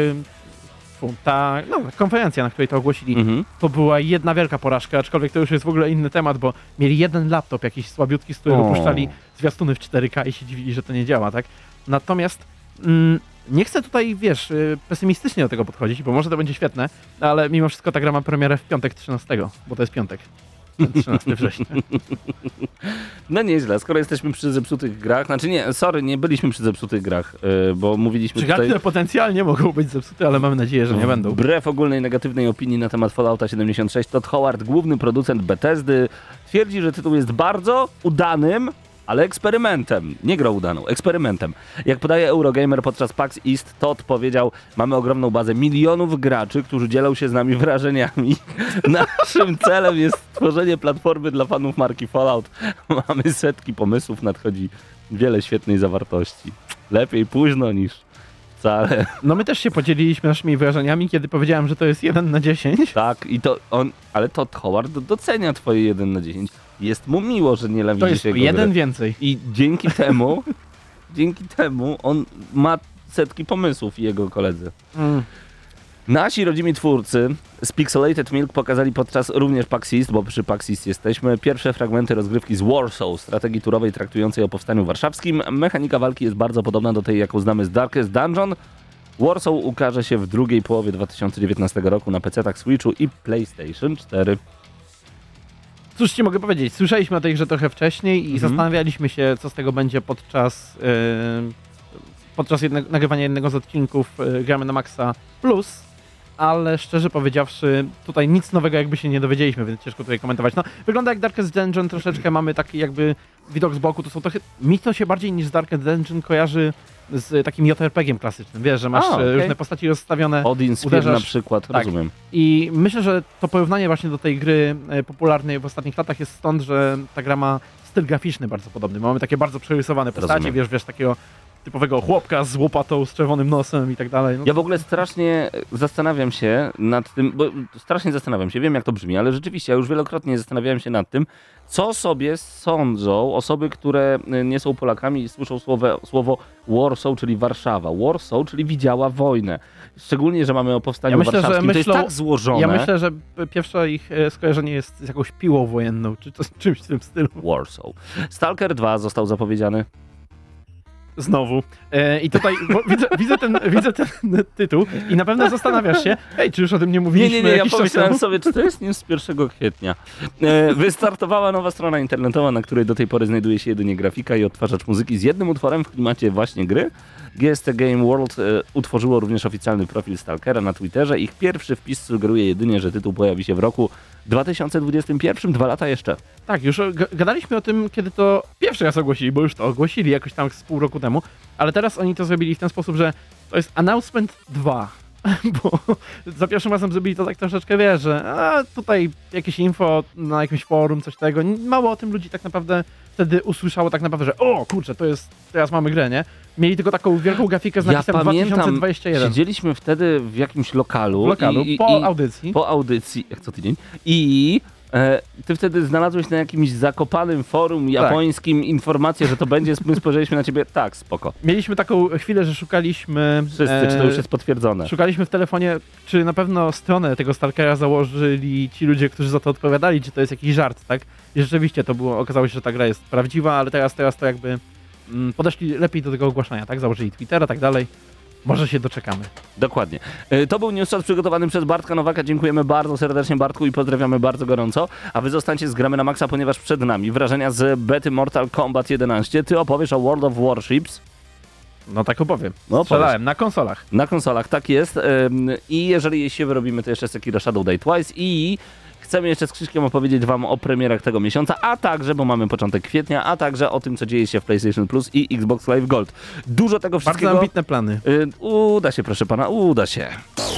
E: Ta no, konferencja, na której to ogłosili,
C: Mhm.
E: to była jedna wielka porażka, aczkolwiek to już jest w ogóle inny temat, bo mieli jeden laptop jakiś słabiutki, z którego
C: O.
E: puszczali zwiastuny w cztery K i się dziwili, że to nie działa, tak? Natomiast mm, nie chcę tutaj, wiesz, y, pesymistycznie do tego podchodzić, bo może to będzie świetne, ale mimo wszystko ta gra ma premierę w piątek trzynastego, bo to jest piątek. trzynastego września.
C: No nieźle, skoro jesteśmy przy zepsutych grach, znaczy nie, sorry, nie byliśmy przy zepsutych grach, yy, bo mówiliśmy
E: Czy gry,
C: tutaj...
E: które potencjalnie mogą być zepsute, ale mamy nadzieję, że nie będą.
C: Wbrew ogólnej negatywnej opinii na temat Fallouta siedemdziesiąt sześć, Todd Howard, główny producent Bethesdy, twierdzi, że tytuł jest bardzo udanym, ale eksperymentem. Nie grą udaną, eksperymentem. Jak podaje Eurogamer podczas PAX East, Todd powiedział: mamy ogromną bazę milionów graczy, którzy dzielą się z nami wrażeniami. Naszym celem jest stworzenie platformy dla fanów marki Fallout. Mamy setki pomysłów, nadchodzi wiele świetnej zawartości. Lepiej późno niż wcale.
E: No my też się podzieliliśmy naszymi wrażeniami, kiedy powiedziałem, że to jest jeden na dziesięć.
C: Tak, i to on, ale Todd Howard docenia twoje jeden na dziesięć. Jest mu miło, że nie
E: To
C: nienawidzisz
E: jest
C: jego
E: jeden
C: gry.
E: więcej.
C: I dzięki temu, dzięki temu on ma setki pomysłów i jego koledzy.
E: Mm.
C: Nasi rodzimi twórcy z Pixelated Milk pokazali podczas również PAX East, bo przy PAX East jesteśmy, pierwsze fragmenty rozgrywki z Warsaw, strategii turowej traktującej o powstaniu warszawskim. Mechanika walki jest bardzo podobna do tej, jaką znamy z Darkest Dungeon. Warsaw ukaże się w drugiej połowie dwa tysiące dziewiętnastego roku na pecetach, Switchu i PlayStation cztery.
E: Cóż ci mogę powiedzieć, słyszeliśmy o tej grze trochę wcześniej i
C: Mhm.
E: zastanawialiśmy się, co z tego będzie podczas, yy, podczas jedne, nagrywania jednego z odcinków yy, Gramy na Maxa Plus, ale szczerze powiedziawszy, tutaj nic nowego jakby się nie dowiedzieliśmy, więc ciężko tutaj komentować. No, wygląda jak Darkest Dungeon, troszeczkę mamy taki jakby widok z boku, to są trochę, mi to się bardziej niż Darkest Dungeon kojarzy z takim J R P G-iem klasycznym, wiesz, że masz
C: A, okay.
E: różne postaci rozstawione.
C: Odin Sphere
E: uderzasz-
C: na przykład,
E: tak.
C: rozumiem.
E: I myślę, że to porównanie właśnie do tej gry e, popularnej w ostatnich latach jest stąd, że ta gra ma styl graficzny bardzo podobny. Mamy takie bardzo przerysowane postacie,
C: Rozumiem.
E: wiesz, wiesz, takiego typowego chłopka z łopatą, z czerwonym nosem i tak dalej. No,
C: Ja w ogóle strasznie zastanawiam się nad tym, bo strasznie zastanawiam się, wiem jak to brzmi, ale rzeczywiście ja już wielokrotnie zastanawiałem się nad tym, co sobie sądzą osoby, które nie są Polakami i słyszą słowo, słowo Warsaw, czyli Warszawa. Warsaw, czyli widziała wojnę. Szczególnie, że mamy o powstaniu
E: Ja myślę, że
C: warszawskim.
E: myślą-
C: to jest tak złożone.
E: ja myślę, że p- pierwsze ich e, skojarzenie jest z jakąś piłą wojenną, czy to, czymś w tym stylu.
C: Warsaw. Stalker dwa został zapowiedziany.
E: Znowu. E, I tutaj bo widzę, widzę, ten, widzę ten tytuł i na pewno zastanawiasz się, ej, czy już o tym nie
C: Nie,
E: mówiliśmy
C: nie, nie, ja
E: jakiś czas
C: pomyślałem
E: temu?
C: sobie, czy to jest news z pierwszego kwietnia. E, wystartowała nowa strona internetowa, na której do tej pory znajduje się jedynie grafika i odtwarzacz muzyki z jednym utworem w klimacie właśnie gry. G S T Game World e, utworzyło również oficjalny profil Stalkera na Twitterze. Ich pierwszy wpis sugeruje jedynie, że tytuł pojawi się w roku dwa tysiące dwudziestym pierwszym, dwa lata jeszcze.
E: Tak, już g- gadaliśmy o tym, kiedy to pierwszy raz ogłosili, bo już to ogłosili jakoś tam z pół roku temu, ale teraz oni to zrobili w ten sposób, że to jest announcement dwa, bo za pierwszym razem zrobili to tak troszeczkę, wiesz, że a, tutaj jakieś info na jakimś forum, coś tego, mało o tym ludzi tak naprawdę wtedy usłyszało tak naprawdę, że o kurczę, to jest, teraz mamy grę, nie? Mieli tylko taką wielką grafikę z napisem
C: ja
E: dwa
C: pamiętam,
E: tysiące dwudziesty pierwszy.
C: siedzieliśmy wtedy w jakimś lokalu.
E: W lokalu,
C: i, i,
E: po
C: i,
E: audycji.
C: Po audycji, jak co tydzień. I e, ty wtedy znalazłeś na jakimś zakopanym forum japońskim informację, że to będzie, my spojrzeliśmy na ciebie, tak, spoko.
E: Mieliśmy taką chwilę, że szukaliśmy...
C: Wszyscy, czy to
E: e,
C: już jest potwierdzone?
E: Szukaliśmy w telefonie, czy na pewno stronę tego Stalkera założyli ci ludzie, którzy za to odpowiadali, czy to jest jakiś żart, tak? I rzeczywiście to było, okazało się, że ta gra jest prawdziwa, ale teraz, teraz to jakby mm, podeszli lepiej do tego ogłaszania, tak? Założyli Twittera, tak dalej. Może się doczekamy.
C: Dokładnie. E, To był newscast przygotowany przez Bartka Nowaka. Dziękujemy bardzo serdecznie Bartku i pozdrawiamy bardzo gorąco. A wy zostańcie z Gramy na Maxa, ponieważ przed nami wrażenia z bety Mortal Kombat jedenaście. Ty opowiesz o World of Warships.
E: No tak opowiem.
C: No,
E: Strzelałem na konsolach.
C: Na konsolach, tak jest. Ym, I jeżeli jej się wyrobimy, to jeszcze Sekiro Shadow Die Twice i chcemy jeszcze z Krzyśkiem opowiedzieć wam o premierach tego miesiąca, a także, bo mamy początek kwietnia, a także o tym, co dzieje się w PlayStation Plus i Xbox Live Gold. Dużo tego
E: Bardzo
C: wszystkiego
E: ambitne plany.
C: y, uda się, proszę pana, uda się.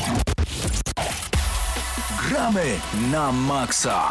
B: Gramy na maksa.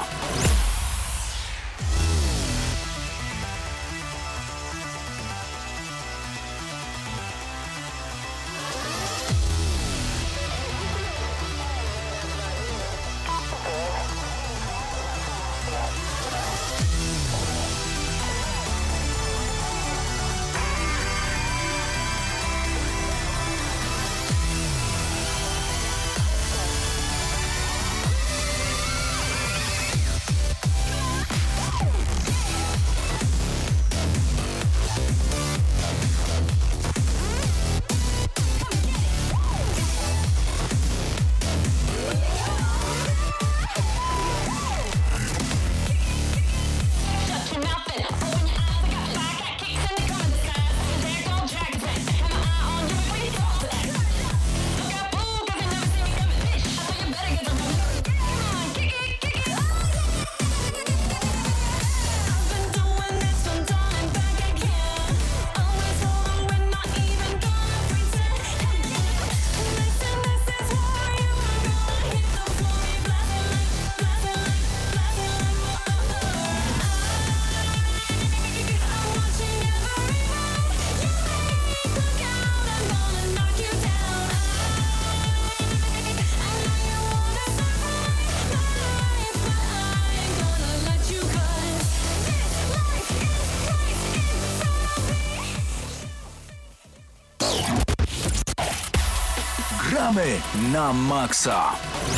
B: Gramy na maksa.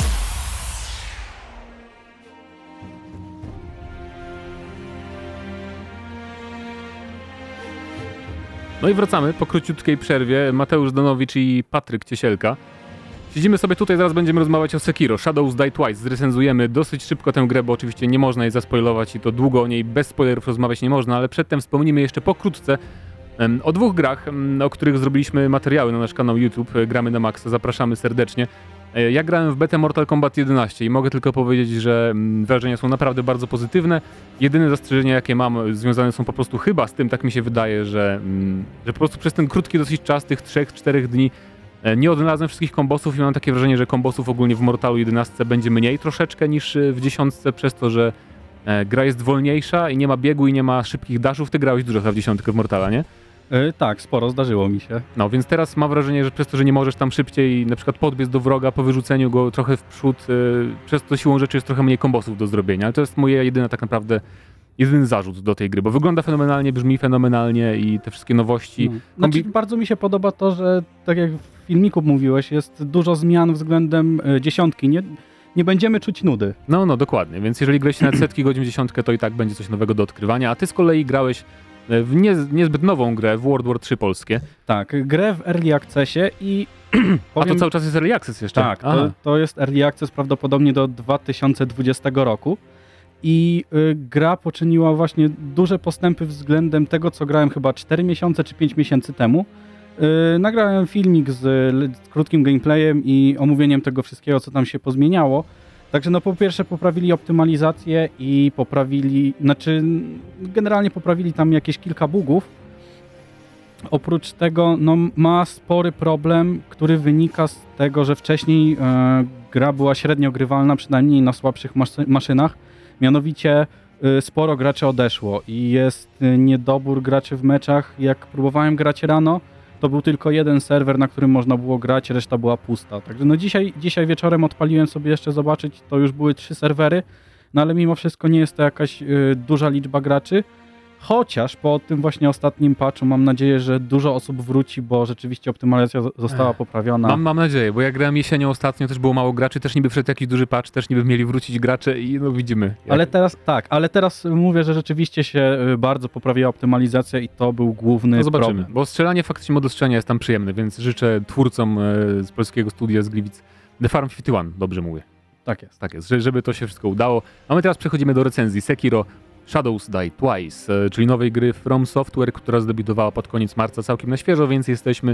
F: No i wracamy po króciutkiej przerwie. Mateusz Danowicz i Patryk Ciesielka. Siedzimy sobie tutaj, zaraz będziemy rozmawiać o Sekiro, Shadows Die Twice. Zrecenzujemy dosyć szybko tę grę, bo oczywiście nie można jej zaspoilować i to długo o niej bez spoilerów rozmawiać nie można, ale przedtem wspomnimy jeszcze pokrótce em, o dwóch grach, em, o których zrobiliśmy materiały na nasz kanał YouTube. Gramy na Maxa, zapraszamy serdecznie. E, Ja grałem w betę Mortal Kombat jedenaście i mogę tylko powiedzieć, że mm, wrażenia są naprawdę bardzo pozytywne. Jedyne zastrzeżenia, jakie mam, związane są po prostu chyba z tym, tak mi się wydaje, że, mm, że po prostu przez ten krótki dosyć czas, tych trzech czterech dni, e, nie odnalazłem wszystkich kombosów i mam takie wrażenie, że kombosów ogólnie w Mortalu jedenaście będzie mniej troszeczkę niż e, w dziesiątce, przez to, że e, gra jest wolniejsza i nie ma biegu i nie ma szybkich dashów. Ty grałeś dużo chyba w dziesiątkę w Mortala, nie?
G: Yy, tak, sporo, zdarzyło mi się.
F: No, więc teraz mam wrażenie, że przez to, że nie możesz tam szybciej na przykład podbiec do wroga po wyrzuceniu go trochę w przód, yy, przez to siłą rzeczy jest trochę mniej kombosów do zrobienia, ale to jest moje jedyne tak naprawdę, jedyny zarzut do tej gry, bo wygląda fenomenalnie, brzmi fenomenalnie i te wszystkie nowości.
G: No. Znaczy,
F: Kombi-
G: bardzo mi się podoba to, że tak jak w filmiku mówiłeś, jest dużo zmian względem y, dziesiątki. Nie, nie będziemy czuć nudy.
F: No, no, dokładnie, więc jeżeli grałeś na setki godzin w dziesiątkę, to i tak będzie coś nowego do odkrywania, a ty z kolei grałeś w nie, niezbyt nową grę, w World War trzy polskie.
G: Tak, grę w Early Accessie i
F: A
G: powiem,
F: to cały czas jest Early Access jeszcze?
G: tak,
F: Aha.
G: to, to jest Early Access prawdopodobnie do dwa tysiące dwudziestego roku i y, gra poczyniła właśnie duże postępy względem tego, co grałem chyba cztery miesiące czy pięć miesięcy temu. Y, nagrałem filmik z, z krótkim gameplayem i omówieniem tego wszystkiego, co tam się pozmieniało. Także no po pierwsze poprawili optymalizację i poprawili, znaczy generalnie poprawili tam jakieś kilka bugów. Oprócz tego no, ma spory problem, który wynika z tego, że wcześniej e, gra była średnio grywalna, przynajmniej na słabszych masy- maszynach. Mianowicie e, sporo graczy odeszło i jest e, niedobór graczy w meczach. Jak próbowałem grać rano, to był tylko jeden serwer, na którym można było grać, reszta była pusta. Także no dzisiaj, dzisiaj wieczorem odpaliłem sobie jeszcze zobaczyć, to już były trzy serwery, no ale mimo wszystko nie jest to jakaś y, duża liczba graczy. Chociaż po tym właśnie ostatnim patchu mam nadzieję, że dużo osób wróci, bo rzeczywiście optymalizacja z- została
F: Ech.
G: poprawiona.
F: Mam, mam nadzieję, bo ja grałem jesienią ostatnio, też było mało graczy, też niby wszedł jakiś duży patch, też niby mieli wrócić gracze i no widzimy. Jak...
G: Ale teraz tak, ale teraz mówię, że rzeczywiście się y, bardzo poprawiła optymalizacja i to był główny
F: No zobaczymy,
G: problem.
F: bo strzelanie faktycznie mod strzelania jest tam przyjemne, więc życzę twórcom e, z polskiego studia z Gliwic The Farm pięćdziesiąt jeden, dobrze mówię.
G: Tak jest.
F: Tak jest, że, żeby to się wszystko udało. A my teraz przechodzimy do recenzji Sekiro Shadows Die Twice, e, czyli nowej gry From Software, która zdebiutowała pod koniec marca całkiem na świeżo, więc jesteśmy...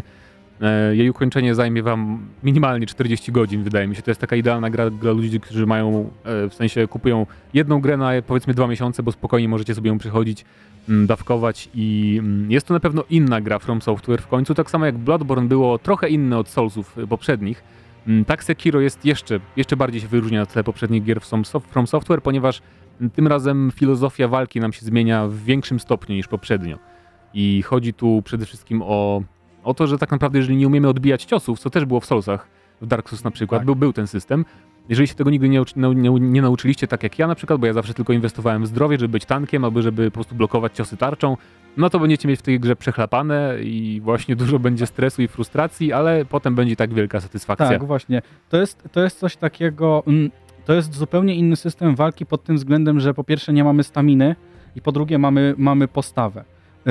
F: E, jej ukończenie zajmie wam minimalnie czterdzieści godzin, wydaje mi się. To jest taka idealna gra dla ludzi, którzy mają, e, w sensie kupują jedną grę na powiedzmy dwa miesiące, bo spokojnie możecie sobie ją przychodzić, m, dawkować i m, jest to na pewno inna gra From Software w końcu, tak samo jak Bloodborne było trochę inne od Soulsów e, poprzednich. M, tak Sekiro jest jeszcze, jeszcze bardziej się wyróżnia na tle poprzednich gier From, From Software, ponieważ m, tym razem filozofia walki nam się zmienia w większym stopniu niż poprzednio. I chodzi tu przede wszystkim o O to, że tak naprawdę jeżeli nie umiemy odbijać ciosów, co też było w Soulsach, w Dark Souls na przykład,
G: Tak.
F: był, był ten system. Jeżeli się tego nigdy nie, uczy- nie, nie nauczyliście, tak jak ja na przykład, bo ja zawsze tylko inwestowałem w zdrowie, żeby być tankiem, albo żeby po prostu blokować ciosy tarczą, no to będziecie mieć w tej grze przechlapane i właśnie dużo będzie stresu i frustracji, ale potem będzie tak wielka satysfakcja.
G: Tak, właśnie. To jest, to jest coś takiego, mm, to jest zupełnie inny system walki pod tym względem, że po pierwsze nie mamy staminy i po drugie mamy, mamy postawę. Yy,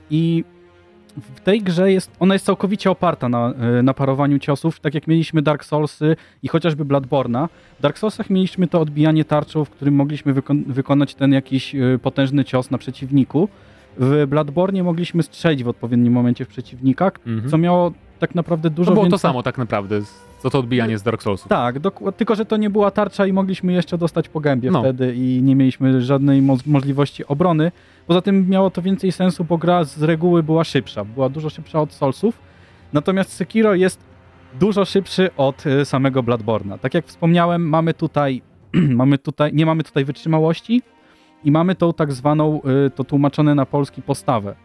G: I w tej grze jest, ona jest całkowicie oparta na, yy, na parowaniu ciosów, tak jak mieliśmy Dark Soulsy i chociażby Bloodborne'a. W Dark Soulsach mieliśmy to odbijanie tarczą, w którym mogliśmy wyko- wykonać ten jakiś yy, potężny cios na przeciwniku. W Bloodborne'ie mogliśmy strzelić w odpowiednim momencie w przeciwnika,
F: Mhm.
G: co miało tak naprawdę dużo
F: To było to
G: więcej...
F: samo tak naprawdę, co to odbijanie z Dark Soulsów.
G: Tak, doku- tylko że to nie była tarcza i mogliśmy jeszcze dostać po gębie
F: No.
G: wtedy i nie mieliśmy żadnej mo- możliwości obrony. Poza tym miało to więcej sensu, bo gra z reguły była szybsza, była dużo szybsza od Soulsów. Natomiast Sekiro jest dużo szybszy od y, samego Bloodborne'a. Tak jak wspomniałem, mamy tutaj, mamy tutaj, nie mamy tutaj wytrzymałości i mamy tą tak zwaną, y, to tłumaczone na polski, postawę.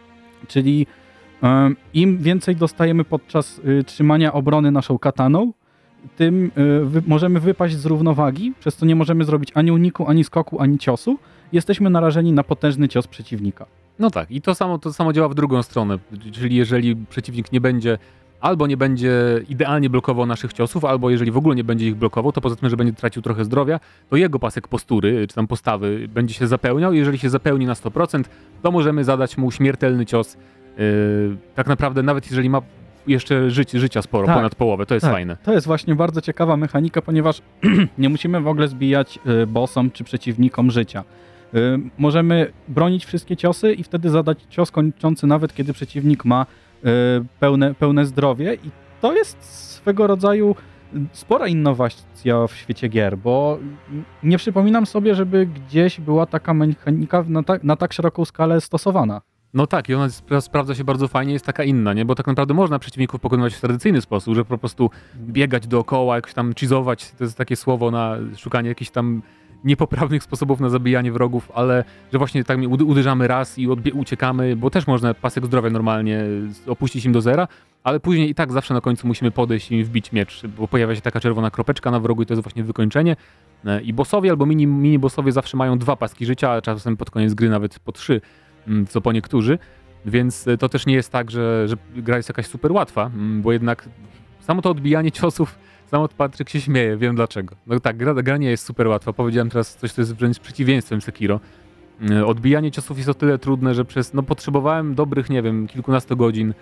G: Czyli Ym, Im więcej dostajemy podczas y, trzymania obrony naszą kataną, tym y, wy, możemy wypaść z równowagi, przez co nie możemy zrobić ani uniku, ani skoku, ani ciosu. Jesteśmy narażeni na potężny cios przeciwnika.
F: No tak, i to samo, to samo działa w drugą stronę, czyli jeżeli przeciwnik nie będzie albo nie będzie idealnie blokował naszych ciosów, albo jeżeli w ogóle nie będzie ich blokował, to poza tym, że będzie tracił trochę zdrowia, to jego pasek postury, czy tam postawy będzie się zapełniał. Jeżeli się zapełni na sto procent, to możemy zadać mu śmiertelny cios. Yy, tak naprawdę nawet jeżeli ma jeszcze żyć, życia sporo,
G: Tak.
F: ponad połowę, to jest
G: Tak,
F: fajne.
G: To jest właśnie bardzo ciekawa mechanika, ponieważ nie musimy w ogóle zbijać y, bossom czy przeciwnikom życia. Y, możemy bronić wszystkie ciosy i wtedy zadać cios kończący nawet kiedy przeciwnik ma y, pełne, pełne zdrowie i to jest swego rodzaju spora innowacja w świecie gier, bo nie przypominam sobie, żeby gdzieś była taka mechanika na, ta, na tak szeroką skalę stosowana.
F: No tak, i ona spra- sprawdza się bardzo fajnie, jest taka inna, nie? Bo tak naprawdę można przeciwników pokonywać w tradycyjny sposób, że po prostu biegać dookoła, jakoś tam cheezować, to jest takie słowo na szukanie jakichś tam niepoprawnych sposobów na zabijanie wrogów, ale że właśnie tak uderzamy raz i odbie- uciekamy, bo też można pasek zdrowia normalnie opuścić im do zera, ale później i tak zawsze na końcu musimy podejść i wbić miecz, bo pojawia się taka czerwona kropeczka na wrogu i to jest właśnie wykończenie. I bossowie albo mini, mini bossowie zawsze mają dwa paski życia, a czasem pod koniec gry nawet po trzy, co po niektórzy, więc to też nie jest tak, że, że gra jest jakaś super łatwa, bo jednak samo to odbijanie ciosów, sam od Patryk się śmieje, wiem dlaczego. No tak, gra, gra nie jest super łatwa, powiedziałem teraz coś, co jest wręcz przeciwieństwem Sekiro. Odbijanie ciosów jest o tyle trudne, że przez, no potrzebowałem dobrych, nie wiem, kilkunastu godzin,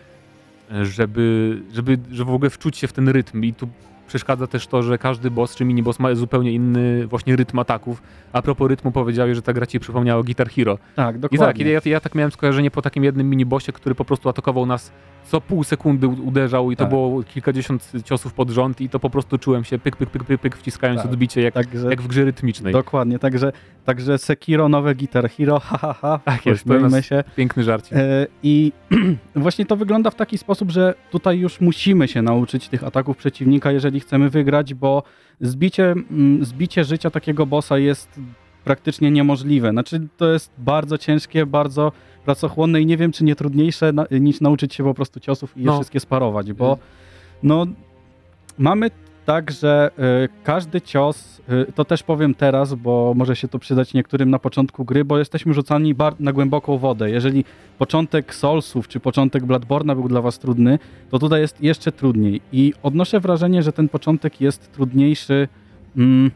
F: żeby, żeby, żeby w ogóle wczuć się w ten rytm i tu przeszkadza też to, że każdy boss czy mini-boss ma zupełnie inny właśnie rytm ataków. A propos rytmu powiedziałeś, że ta gra ci przypomniała Guitar Hero.
G: Tak,
F: I
G: dokładnie.
F: tak, ja, ja tak miałem skojarzenie po takim jednym mini-bossie, który po prostu atakował nas co pół sekundy uderzał i to
G: Tak.
F: było kilkadziesiąt ciosów pod rząd i to po prostu czułem się pyk, pyk, pyk, pyk, pyk wciskając
G: Tak.
F: odbicie jak,
G: Także,
F: jak w grze rytmicznej.
G: dokładnie, także, także Sekiro, nowe Guitar Hero, ha, ha, ha,
F: Tak jest, to
G: pośmiejmy
F: jest
G: się.
F: piękny żarcik.
G: E, I właśnie to wygląda w taki sposób, że tutaj już musimy się nauczyć tych ataków przeciwnika, jeżeli chcemy wygrać, bo zbicie, mm, zbicie życia takiego bossa jest praktycznie niemożliwe. Znaczy to jest bardzo ciężkie, bardzo pracochłonne i nie wiem, czy nie trudniejsze na, niż nauczyć się po prostu ciosów i je
F: No.
G: wszystkie sparować, bo no mamy tak, że y, każdy cios, y, to też powiem teraz, bo może się to przydać niektórym na początku gry, bo jesteśmy rzucani bar- na głęboką wodę. Jeżeli początek Soulsów czy początek Bloodborne'a był dla was trudny, to tutaj jest jeszcze trudniej. I odnoszę wrażenie, że ten początek jest trudniejszy mm,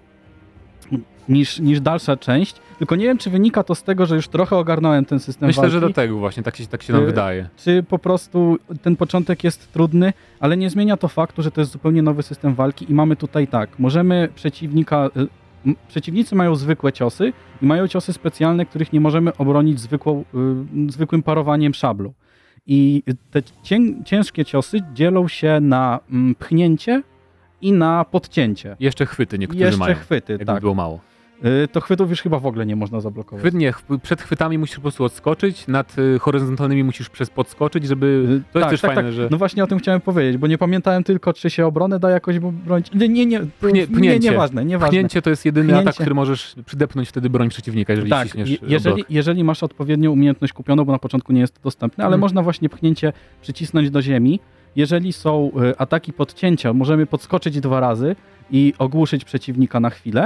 G: niż, niż dalsza część. Tylko nie wiem, czy wynika to z tego, że już trochę ogarnąłem ten system
F: Myślę,
G: walki,
F: że dlatego właśnie, tak się, tak się nam
G: Y,
F: wydaje.
G: czy po prostu ten początek jest trudny, ale nie zmienia to faktu, że to jest zupełnie nowy system walki i mamy tutaj tak, możemy przeciwnika, y, m- przeciwnicy mają zwykłe ciosy i mają ciosy specjalne, których nie możemy obronić zwykłą, y, zwykłym parowaniem szablą. I te cię- ciężkie ciosy dzielą się na mm, pchnięcie i na podcięcie.
F: Jeszcze chwyty niektórzy
G: Jeszcze
F: mają,
G: chwyty,
F: jakby
G: tak.
F: było mało.
G: Y, to chwytów już chyba w ogóle nie można zablokować.
F: Chwyt nie, ch- przed chwytami musisz po prostu odskoczyć, nad y, horyzontalnymi musisz przez podskoczyć, żeby... To jest
G: tak,
F: też
G: tak,
F: fajne,
G: tak.
F: że...
G: No właśnie o tym chciałem powiedzieć, bo nie pamiętałem tylko, czy się obronę da jakoś bronić. Nie, nie, nie, to
F: Pchnie-
G: nie,
F: pchnięcie.
G: nieważne, nieważne.
F: Pchnięcie to jest jedyny
G: Pchnięcie.
F: atak, który możesz przydepnąć wtedy broń przeciwnika, jeżeli
G: Tak,
F: ciśniesz
G: je-
F: o
G: jeżeli,
F: blok.
G: jeżeli masz odpowiednią umiejętność kupioną, bo na początku nie jest to dostępne, ale
F: Mm.
G: można właśnie pchnięcie przycisnąć do ziemi. Jeżeli są y, ataki podcięcia, możemy podskoczyć dwa razy i ogłuszyć przeciwnika na chwilę.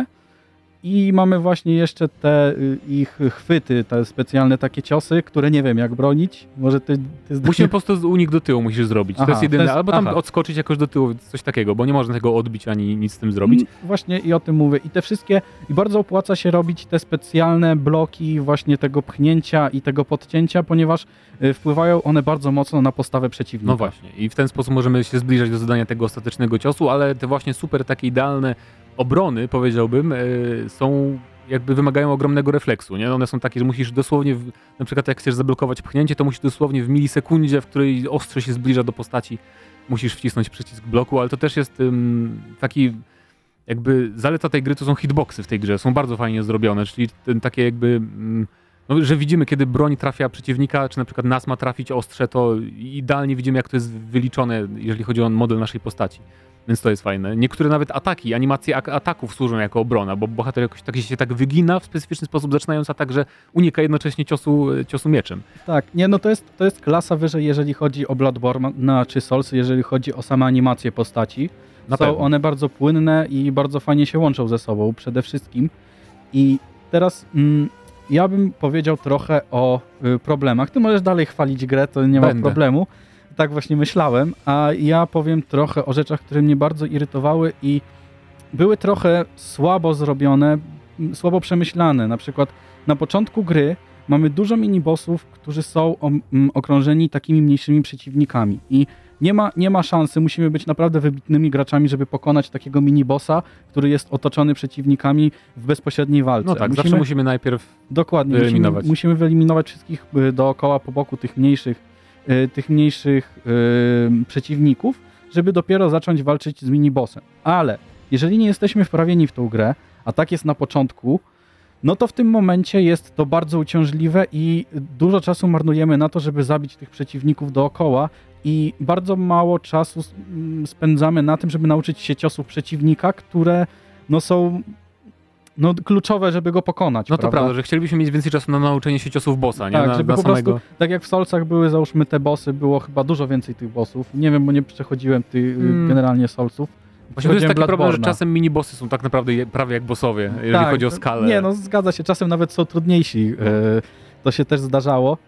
G: I mamy właśnie jeszcze te y, ich chwyty, te specjalne takie ciosy, które nie wiem jak bronić. Może ty, ty
F: Musimy po prostu unik do tyłu musisz zrobić.
G: Aha,
F: to jest jedyne.
G: to jest-
F: Albo tam
G: aha.
F: odskoczyć jakoś do tyłu, coś takiego, bo nie można tego odbić ani nic z tym zrobić.
G: Mm, Właśnie i o tym mówię. I te wszystkie, i bardzo opłaca się robić te specjalne bloki właśnie tego pchnięcia i tego podcięcia, ponieważ y, wpływają one bardzo mocno na postawę przeciwnika.
F: No właśnie. I w ten sposób możemy się zbliżać do zadania tego ostatecznego ciosu, ale te właśnie super takie idealne obrony, powiedziałbym, y, są jakby wymagają ogromnego refleksu, nie? One są takie, że musisz dosłownie, w, na przykład jak chcesz zablokować pchnięcie, to musisz dosłownie w milisekundzie, w której ostrze się zbliża do postaci, musisz wcisnąć przycisk bloku, ale to też jest ym, taki jakby zaleta tej gry, to są hitboxy w tej grze, są bardzo fajnie zrobione, czyli ten, takie jakby, ym, no, że widzimy, kiedy broń trafia przeciwnika, czy na przykład nas ma trafić ostrze, to idealnie widzimy, jak to jest wyliczone, jeżeli chodzi o model naszej postaci. Więc to jest fajne. Niektóre nawet ataki, animacje ak- ataków służą jako obrona, bo bohater jakoś tak się tak wygina w specyficzny sposób, zaczynając atak, że unika jednocześnie ciosu, ciosu mieczem.
G: Tak, nie, no to jest, to jest klasa wyżej, jeżeli chodzi o Bloodborne czy Soulsy, jeżeli chodzi o same animacje postaci.
F: Na
G: Są
F: pewno.
G: one bardzo płynne i bardzo fajnie się łączą ze sobą przede wszystkim. I teraz mm, ja bym powiedział trochę o y, problemach. Ty możesz dalej chwalić grę, to nie ma
F: Będę.
G: problemu. Tak właśnie myślałem, a ja powiem trochę o rzeczach, które mnie bardzo irytowały i były trochę słabo zrobione, m, słabo przemyślane. Na przykład na początku gry mamy dużo minibossów, którzy są o, m, okrążeni takimi mniejszymi przeciwnikami i nie ma, nie ma szansy, musimy być naprawdę wybitnymi graczami, żeby pokonać takiego minibossa, który jest otoczony przeciwnikami w bezpośredniej walce.
F: No tak,
G: musimy,
F: zawsze musimy najpierw...
G: Dokładnie, musimy,
F: wyeliminować.
G: musimy wyeliminować wszystkich y, dookoła, po boku tych mniejszych, y, tych mniejszych y, przeciwników, żeby dopiero zacząć walczyć z minibossem. Ale jeżeli nie jesteśmy wprawieni w tą grę, a tak jest na początku, no to w tym momencie jest to bardzo uciążliwe i dużo czasu marnujemy na to, żeby zabić tych przeciwników dookoła i bardzo mało czasu spędzamy na tym, żeby nauczyć się ciosów przeciwnika, które no są no, kluczowe, żeby go pokonać.
F: No to
G: prawda?
F: prawda, że chcielibyśmy mieć więcej czasu na nauczenie się ciosów bossa, nie?
G: Tak,
F: na,
G: żeby
F: na
G: po
F: samego...
G: prostu, tak jak w Soulsach były, załóżmy te bossy, było chyba dużo więcej tych bossów. Nie wiem, bo nie przechodziłem tych
F: Hmm.
G: generalnie Soulsów.
F: Właśnie to jest taki problem, że
G: Bloodborne'a.
F: czasem minibossy są tak naprawdę je, prawie jak bossowie, jeżeli
G: Tak,
F: chodzi o skalę.
G: Nie, no zgadza się, czasem nawet są trudniejsi. E, to się też zdarzało.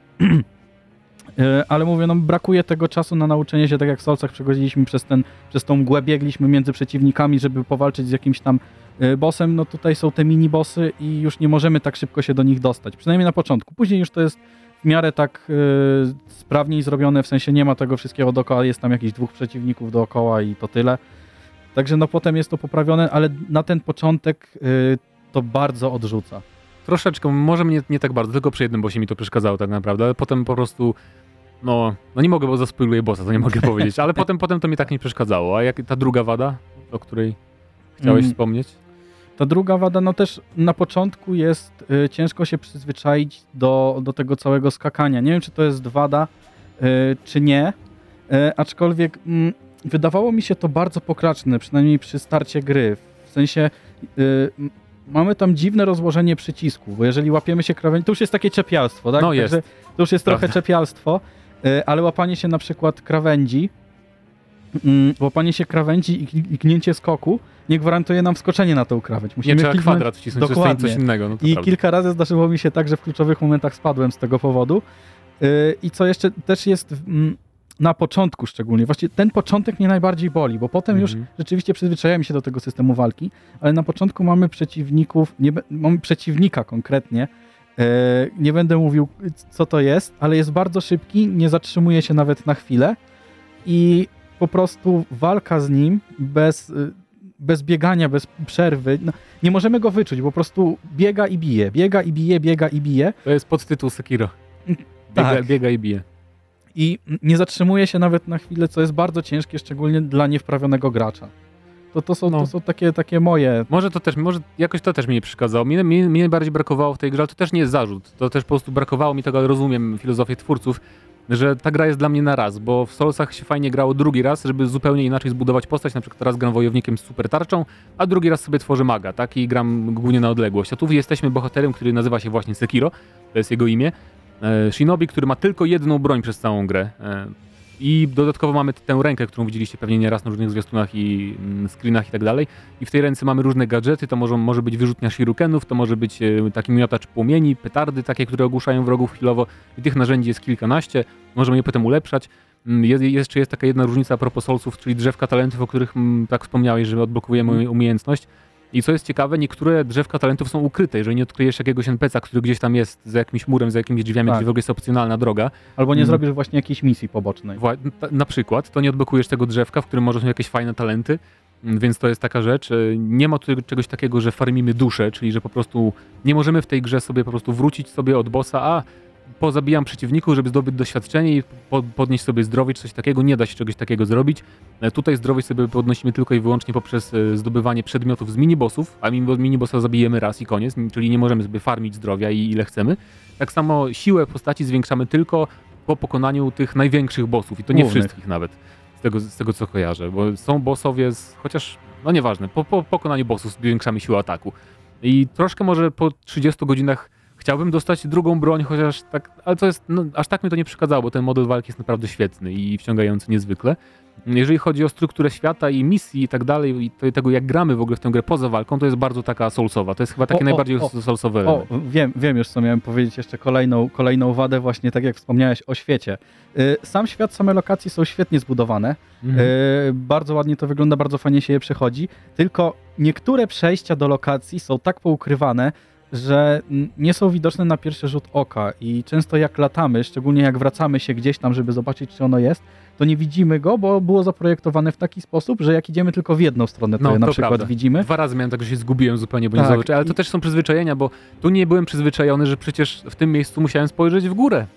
G: E, ale mówię, no brakuje tego czasu na nauczenie się, tak jak w Soulsach przechodziliśmy przez, ten, przez tą mgłę, biegliśmy między przeciwnikami, żeby powalczyć z jakimś tam e, bossem, no tutaj są te minibossy i już nie możemy tak szybko się do nich dostać. Przynajmniej na początku. Później już to jest w miarę tak e, sprawniej zrobione, w sensie nie ma tego wszystkiego dookoła, jest tam jakichś dwóch przeciwników dookoła i to tyle. Także no potem jest to poprawione, ale na ten początek y, to bardzo odrzuca.
F: Troszeczkę, może mnie nie tak bardzo, tylko przy jednym bossie mi to przeszkadzało tak naprawdę, ale potem po prostu, no, no nie mogę, bo zaspoiluję bossa, to nie mogę powiedzieć, ale potem, potem to mi tak nie przeszkadzało. A jak ta druga wada, o której chciałeś
G: Mm.
F: wspomnieć?
G: Ta druga wada, no też na początku jest y, ciężko się przyzwyczaić do, do tego całego skakania. Nie wiem, czy to jest wada, y, czy nie, y, aczkolwiek mm, wydawało mi się to bardzo pokraczne, przynajmniej przy starcie gry. W sensie y, m- mamy tam dziwne rozłożenie przycisku, bo jeżeli łapiemy się krawędzi, to już jest takie czepialstwo, tak?
F: No jest.
G: Także to już jest
F: Prawda.
G: trochę czepialstwo, y, ale łapanie się na przykład krawędzi, mm, łapanie się krawędzi i, kli- i knięcie skoku nie gwarantuje nam wskoczenie na tą krawędź.
F: Nie,
G: Musimy
F: trzeba
G: kliknąć-
F: kwadrat wcisnąć, to jest
G: Dokładnie.
F: coś innego. No to
G: I
F: prawda.
G: kilka razy zdarzyło mi się tak, że w kluczowych momentach spadłem z tego powodu. Yy, I co jeszcze też jest mm, na początku szczególnie, właśnie ten początek mnie najbardziej boli, bo potem już
F: Mhm.
G: rzeczywiście przyzwyczajamy się do tego systemu walki, ale na początku mamy przeciwników, nie, be- mamy przeciwnika konkretnie, yy, nie będę mówił co to jest, ale jest bardzo szybki, nie zatrzymuje się nawet na chwilę i po prostu walka z nim bez... Yy, bez biegania, bez przerwy, no, nie możemy go wyczuć, po prostu biega i bije, biega i bije, biega i bije
F: To jest podtytuł Sekiro. Biega,
G: Tak.
F: biega i bije.
G: i nie zatrzymuje się nawet na chwilę, co jest bardzo ciężkie, szczególnie dla niewprawionego gracza. To, to, są,
F: No.
G: to są takie, takie moje...
F: Może to też, może jakoś to też mi nie przeszkadzało. Mnie, mnie, mnie najbardziej brakowało w tej grze, ale to też nie jest zarzut. To też po prostu brakowało mi tego, ale rozumiem filozofię twórców, że ta gra jest dla mnie na raz, bo w Soulsach się fajnie grało drugi raz, żeby zupełnie inaczej zbudować postać. Na przykład raz gram wojownikiem z super tarczą, a drugi raz sobie tworzę maga, tak? I gram głównie na odległość. A tu jesteśmy bohaterem, który nazywa się właśnie Sekiro, to jest jego imię. E, Shinobi, który ma tylko jedną broń przez całą grę. E, I dodatkowo mamy t- tę rękę, którą widzieliście pewnie nieraz na różnych zwiastunach i mm, screenach i tak dalej. I w tej ręce mamy różne gadżety, to może, może być wyrzutnia shurikenów, to może być e, taki miotacz płomieni, petardy takie, które ogłuszają wrogów chwilowo. I tych narzędzi jest kilkanaście, możemy je potem ulepszać. Mm, Jest, jeszcze jest taka jedna różnica a propos Soulsów, czyli drzewka talentów, o których mm, tak wspomniałeś, że odblokujemy mm. umiejętność. I co jest ciekawe, niektóre drzewka talentów są ukryte. Jeżeli nie odkryjesz jakiegoś en pe ce a, który gdzieś tam jest za jakimś murem, za jakimiś drzwiami,
G: Tak.
F: gdzie w ogóle jest opcjonalna droga,
G: Albo nie
F: Mm.
G: zrobisz właśnie jakiejś misji pobocznej.
F: Wła- ta- na przykład, to nie odblokujesz tego drzewka, w którym może są jakieś fajne talenty, mm, więc to jest taka rzecz. Y, Nie ma tu czegoś takiego, że farmimy duszę, czyli że po prostu nie możemy w tej grze sobie po prostu wrócić sobie od bossa, a pozabijam przeciwników, żeby zdobyć doświadczenie i po- podnieść sobie zdrowie, czy coś takiego. Nie da się czegoś takiego zrobić. E, Tutaj zdrowie sobie podnosimy tylko i wyłącznie poprzez e, zdobywanie przedmiotów z minibossów, a mini- minibossa zabijemy raz i koniec, m, czyli nie możemy sobie farmić zdrowia i ile chcemy. Tak samo siłę postaci zwiększamy tylko po pokonaniu tych największych bossów i to nie
G: Głównych.
F: wszystkich nawet, z tego, z tego co kojarzę, bo są bossowie, z, chociaż, no nieważne, po, po pokonaniu bossów zwiększamy siłę ataku. I troszkę może po trzydziestu godzinach chciałbym dostać drugą broń, chociaż tak, ale to jest, no, aż tak mi to nie przeszkadzało, bo ten model walki jest naprawdę świetny i wciągający niezwykle. Jeżeli chodzi o strukturę świata i misji i tak dalej, i to- tego jak gramy w ogóle w tę grę poza walką, to jest bardzo taka soulsowa. To jest chyba taki
G: O, o,
F: najbardziej
G: o.
F: soulsowy
G: O,
F: element.
G: wiem, wiem już co miałem powiedzieć, jeszcze kolejną, kolejną wadę właśnie, tak jak wspomniałeś o świecie. Y, Sam świat, same lokacje są świetnie zbudowane.
F: Mhm.
G: E, bardzo ładnie to wygląda, bardzo fajnie się je przechodzi, tylko niektóre przejścia do lokacji są tak poukrywane, że mm, nie są widoczne na pierwszy rzut oka i często jak latamy, szczególnie jak wracamy się gdzieś tam, żeby zobaczyć, czy ono jest, to nie widzimy go, bo było zaprojektowane w taki sposób, że jak idziemy tylko w jedną stronę, to
F: No,
G: je na
F: to
G: przykład
F: prawda.
G: widzimy.
F: Dwa razy miałem tak, że się zgubiłem zupełnie, bo nie
G: Tak,
F: zobaczyłem, ale to
G: i-
F: też są przyzwyczajenia, bo tu nie byłem przyzwyczajony, że przecież w tym miejscu musiałem spojrzeć w górę.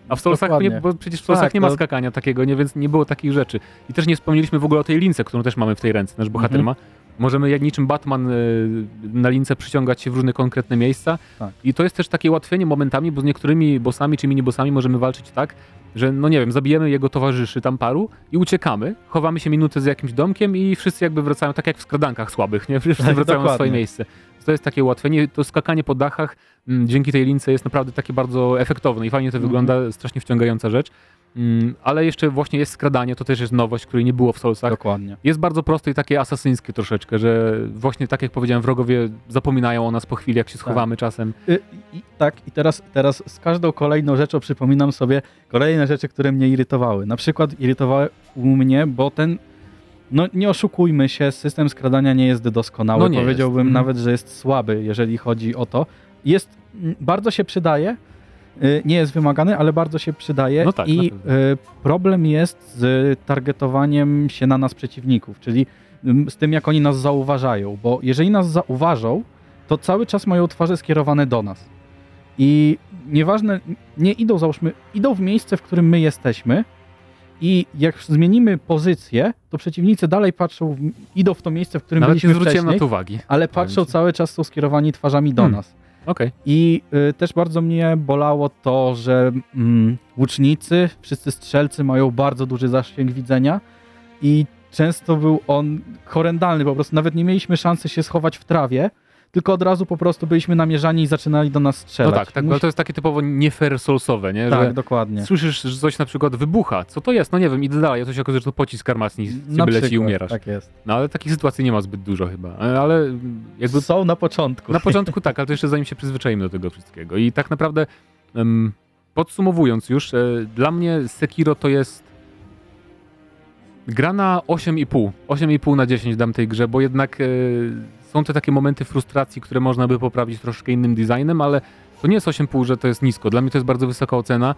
F: A w Soulsach nie,
G: Dokładnie.
F: bo przecież w Soulsach
G: Tak,
F: nie ma
G: to-
F: skakania takiego, nie, więc nie było takich rzeczy. I też nie wspomnieliśmy w ogóle o tej lince, którą też mamy w tej ręce, nasz bohater
G: Mhm.
F: ma. Możemy jak niczym Batman y, na lince przyciągać się w różne konkretne miejsca.
G: Tak.
F: I to jest też takie ułatwienie momentami, bo z niektórymi bossami czy mini-bossami możemy walczyć tak, że no nie wiem, zabijemy jego towarzyszy tam paru i uciekamy, chowamy się minutę z jakimś domkiem i wszyscy jakby wracają, tak jak w skradankach słabych, nie? Wszyscy
G: Tak,
F: wracają na swoje
G: dokładnie.
F: miejsce. To jest takie ułatwienie, to skakanie po dachach m, dzięki tej lince jest naprawdę takie bardzo efektowne i fajnie to
G: Mhm.
F: wygląda, strasznie wciągająca rzecz. Mm, ale jeszcze właśnie jest skradanie, to też jest nowość, której nie było w Soulsach.
G: Dokładnie.
F: Jest bardzo proste i takie asasyńskie troszeczkę, że właśnie tak jak powiedziałem, wrogowie zapominają o nas po chwili, jak się schowamy czasem.
G: Y, I, tak, i teraz, teraz z każdą kolejną rzeczą przypominam sobie kolejne rzeczy, które mnie irytowały. Na przykład irytowały mnie, bo ten, no nie oszukujmy się, system skradania nie jest doskonały.
F: No nie
G: Powiedziałbym
F: jest. Mhm.
G: nawet, że jest słaby, jeżeli chodzi o to. Jest, m, bardzo się przydaje, y, nie jest wymagany, ale bardzo się przydaje
F: No tak, na
G: i
F: pewno.
G: y, problem jest z targetowaniem się na nas przeciwników, czyli ym, z tym, jak oni nas zauważają, bo jeżeli nas zauważą, to cały czas mają twarze skierowane do nas. I nieważne, nie idą, załóżmy, idą w miejsce, w którym my jesteśmy i jak zmienimy pozycję, to przeciwnicy dalej patrzą, w, idą w to miejsce, w którym
F: Nawet nie
G: byliśmy
F: zwróciłem na
G: wcześniej,
F: to uwagi.
G: ale
F: powiem
G: patrzą
F: ci.
G: cały czas, są skierowani twarzami do
F: Hmm.
G: nas.
F: Okej.
G: I y, też bardzo mnie bolało to, że mm, łucznicy, wszyscy strzelcy mają bardzo duży zasięg widzenia i często był on horrendalny, po prostu nawet nie mieliśmy szansy się schować w trawie, tylko od razu po prostu byliśmy namierzani i zaczynali do nas
F: No
G: strzelać.
F: tak, tak,
G: Musi-
F: ale to jest takie typowo nie fair soulsowe, nie?
G: tak,
F: Że
G: dokładnie.
F: słyszysz, że coś na przykład wybucha. Co to jest? No nie wiem, idę dalej, a to się okazuje, że to pocisk armatni z ciebie leci i umierasz.
G: Tak jest.
F: No ale takich sytuacji nie ma zbyt dużo chyba. E, Ale jakby
G: Są na początku.
F: na początku tak, ale to jeszcze zanim się przyzwyczaimy do tego wszystkiego. I tak naprawdę em, podsumowując już, e, dla mnie Sekiro to jest gra na osiem i pół. osiem i pół na dziesięć dam tej grze, bo jednak e, są te takie momenty frustracji, które można by poprawić troszkę innym designem, ale to nie jest osiem i pół, że to jest nisko. Dla mnie to jest bardzo wysoka ocena.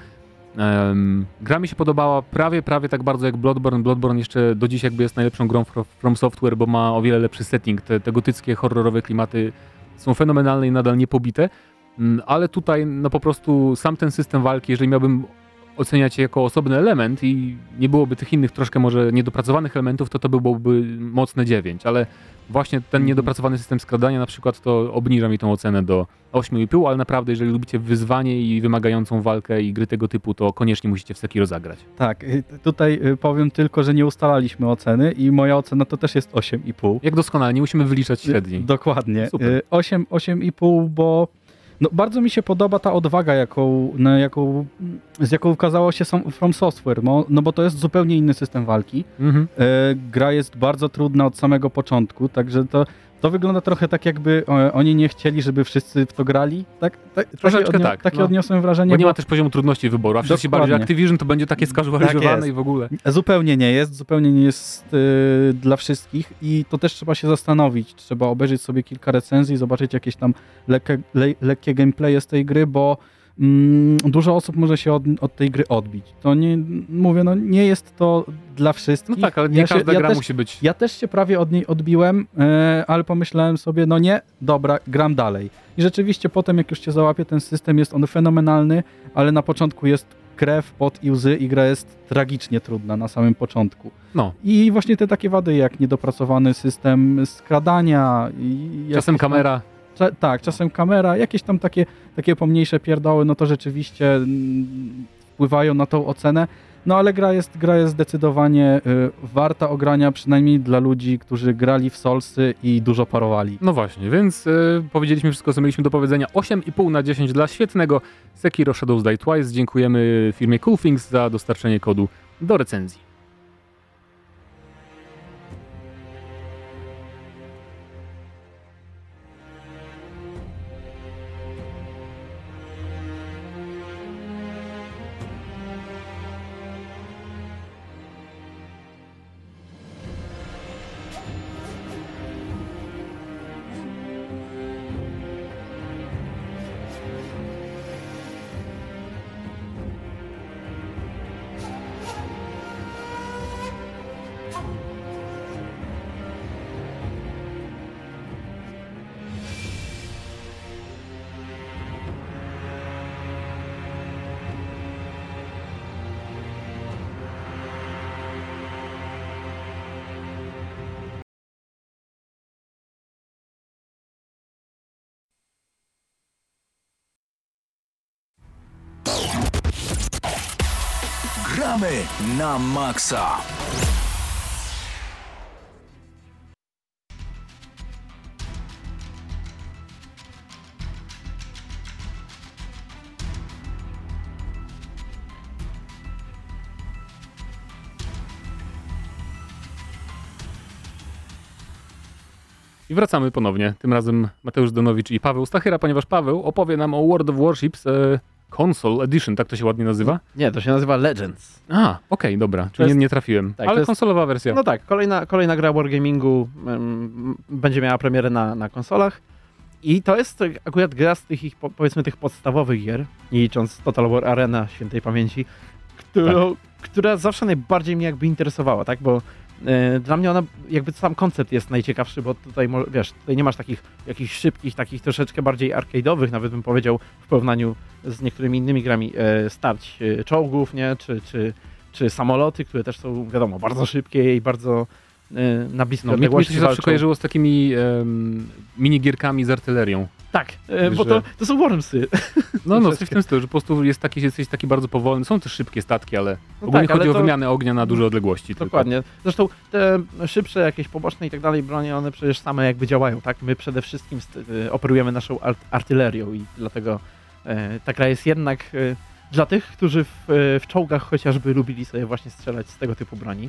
F: Um, gra mi się podobała prawie, prawie tak bardzo jak Bloodborne. Bloodborne jeszcze do dziś jakby jest najlepszą grą fro- From Software, bo ma o wiele lepszy setting. Te, te gotyckie, horrorowe klimaty są fenomenalne i nadal niepobite. Mm, ale tutaj no po prostu sam ten system walki, jeżeli miałbym oceniać je jako osobny element i nie byłoby tych innych troszkę może niedopracowanych elementów, to to byłoby mocne dziewięć, ale właśnie ten
G: Mhm.
F: niedopracowany system skradania na przykład to obniża mi tą ocenę do osiem i pół, ale naprawdę jeżeli lubicie wyzwanie i wymagającą walkę i gry tego typu, to koniecznie musicie w Sekiro zagrać.
G: Tak, y, tutaj y, powiem tylko, że nie ustalaliśmy oceny i moja ocena to też jest osiem i pół.
F: Jak doskonale, nie musimy wyliczać średniej.
G: Dokładnie.
F: Super.
G: Y, osiem, osiem i pół, bo no, bardzo mi się podoba ta odwaga, jaką, na jaką, z jaką ukazało się sam- From Software, no, no bo to jest zupełnie inny system walki.
F: Mhm.
G: E, gra jest bardzo trudna od samego początku, także to, to wygląda trochę tak, jakby o, oni nie chcieli, żeby wszyscy w to grali. Tak, tak,
F: Troszeczkę
G: takie, odnio-
F: tak,
G: Takie
F: no.
G: odniosłem wrażenie.
F: Bo nie
G: bo
F: ma też poziomu trudności wyboru, a wszyscy
G: Dokładnie.
F: bardziej Activision to będzie takie skazualizowane
G: Tak
F: i w ogóle.
G: Zupełnie nie jest, zupełnie nie jest y, dla wszystkich i to też trzeba się zastanowić. Trzeba obejrzeć sobie kilka recenzji, zobaczyć jakieś tam lekkie, le, lekkie gameplaye z tej gry, bo mm, dużo osób może się od, od tej gry odbić. To nie, mówię, no nie jest to dla
F: No
G: wszystkich.
F: tak, ale nie
G: Ja się-
F: każda
G: ja
F: gra
G: też,
F: musi być.
G: Ja też się prawie od niej odbiłem, e, ale pomyślałem sobie, no nie, dobra, gram dalej. I rzeczywiście potem, jak już cię załapie ten system, jest on fenomenalny, ale na początku jest krew, pot i łzy i gra jest tragicznie trudna na samym początku.
F: No,
G: I właśnie te takie wady, jak niedopracowany system skradania. I
F: czasem
G: jakieś tam-
F: kamera.
G: Cza, tak, czasem kamera, jakieś tam takie, takie pomniejsze pierdoły, no to rzeczywiście mm, wpływają na tą ocenę. No ale gra jest, gra jest zdecydowanie y, warta ogrania, przynajmniej dla ludzi, którzy grali w Soulsy i dużo parowali.
F: No właśnie, więc y, powiedzieliśmy wszystko, co mieliśmy do powiedzenia. osiem i pół na dziesięć dla świetnego Sekiro Shadows Die Twice. Dziękujemy firmie Cool Things za dostarczenie kodu do recenzji.
B: Gramy na maksa.
F: I wracamy ponownie, tym razem Mateusz Donowicz i Paweł Stachyra, ponieważ Paweł opowie nam o World of Warships e, Console Edition, tak to się ładnie nazywa?
E: Nie, to się nazywa Legends.
F: A, okej, dobra, czyli
E: jest-
F: nie, nie trafiłem,
E: tak, to
F: ale
E: jest-
F: konsolowa wersja.
E: No tak, kolejna, kolejna gra Wargamingu um, będzie miała premierę na, na konsolach. I to jest akurat gra z tych ich, po- powiedzmy, tych podstawowych gier, nie licząc Total War Arena świętej pamięci, którą, która zawsze najbardziej mnie jakby interesowała, tak? Bo e, dla mnie ona, jakby sam koncept jest najciekawszy, bo tutaj, mo- wiesz, tutaj nie masz takich jakichś szybkich, takich troszeczkę bardziej arcade'owych, nawet bym powiedział, w porównaniu z niektórymi innymi grami, e, starć e, czołgów, nie? Czy, czy, czy samoloty, które też są, wiadomo, bardzo szybkie i bardzo e, na blisko
F: No, mi, mi to
E: odległości
F: się zawsze
E: walczą.
F: kojarzyło z takimi em, minigierkami z artylerią.
E: Tak, e, bo
F: że-
E: to, to są Wormsy.
F: No, no,
E: Troszeczkę.
F: coś w tym stylu, że po prostu jest taki, jesteś taki bardzo powolny. Są też szybkie statki, ale
E: No
F: ogólnie
E: tak,
F: chodzi
E: ale
F: o
E: to-
F: wymianę ognia na duże odległości.
E: Dokładnie. Zresztą te szybsze, jakieś poboczne i tak dalej bronie, one przecież same jakby działają, tak? My przede wszystkim st- y, operujemy naszą art- artylerią i dlatego e, ta gra jest jednak e, dla tych, którzy w, e, w czołgach chociażby lubili sobie właśnie strzelać z tego typu broni.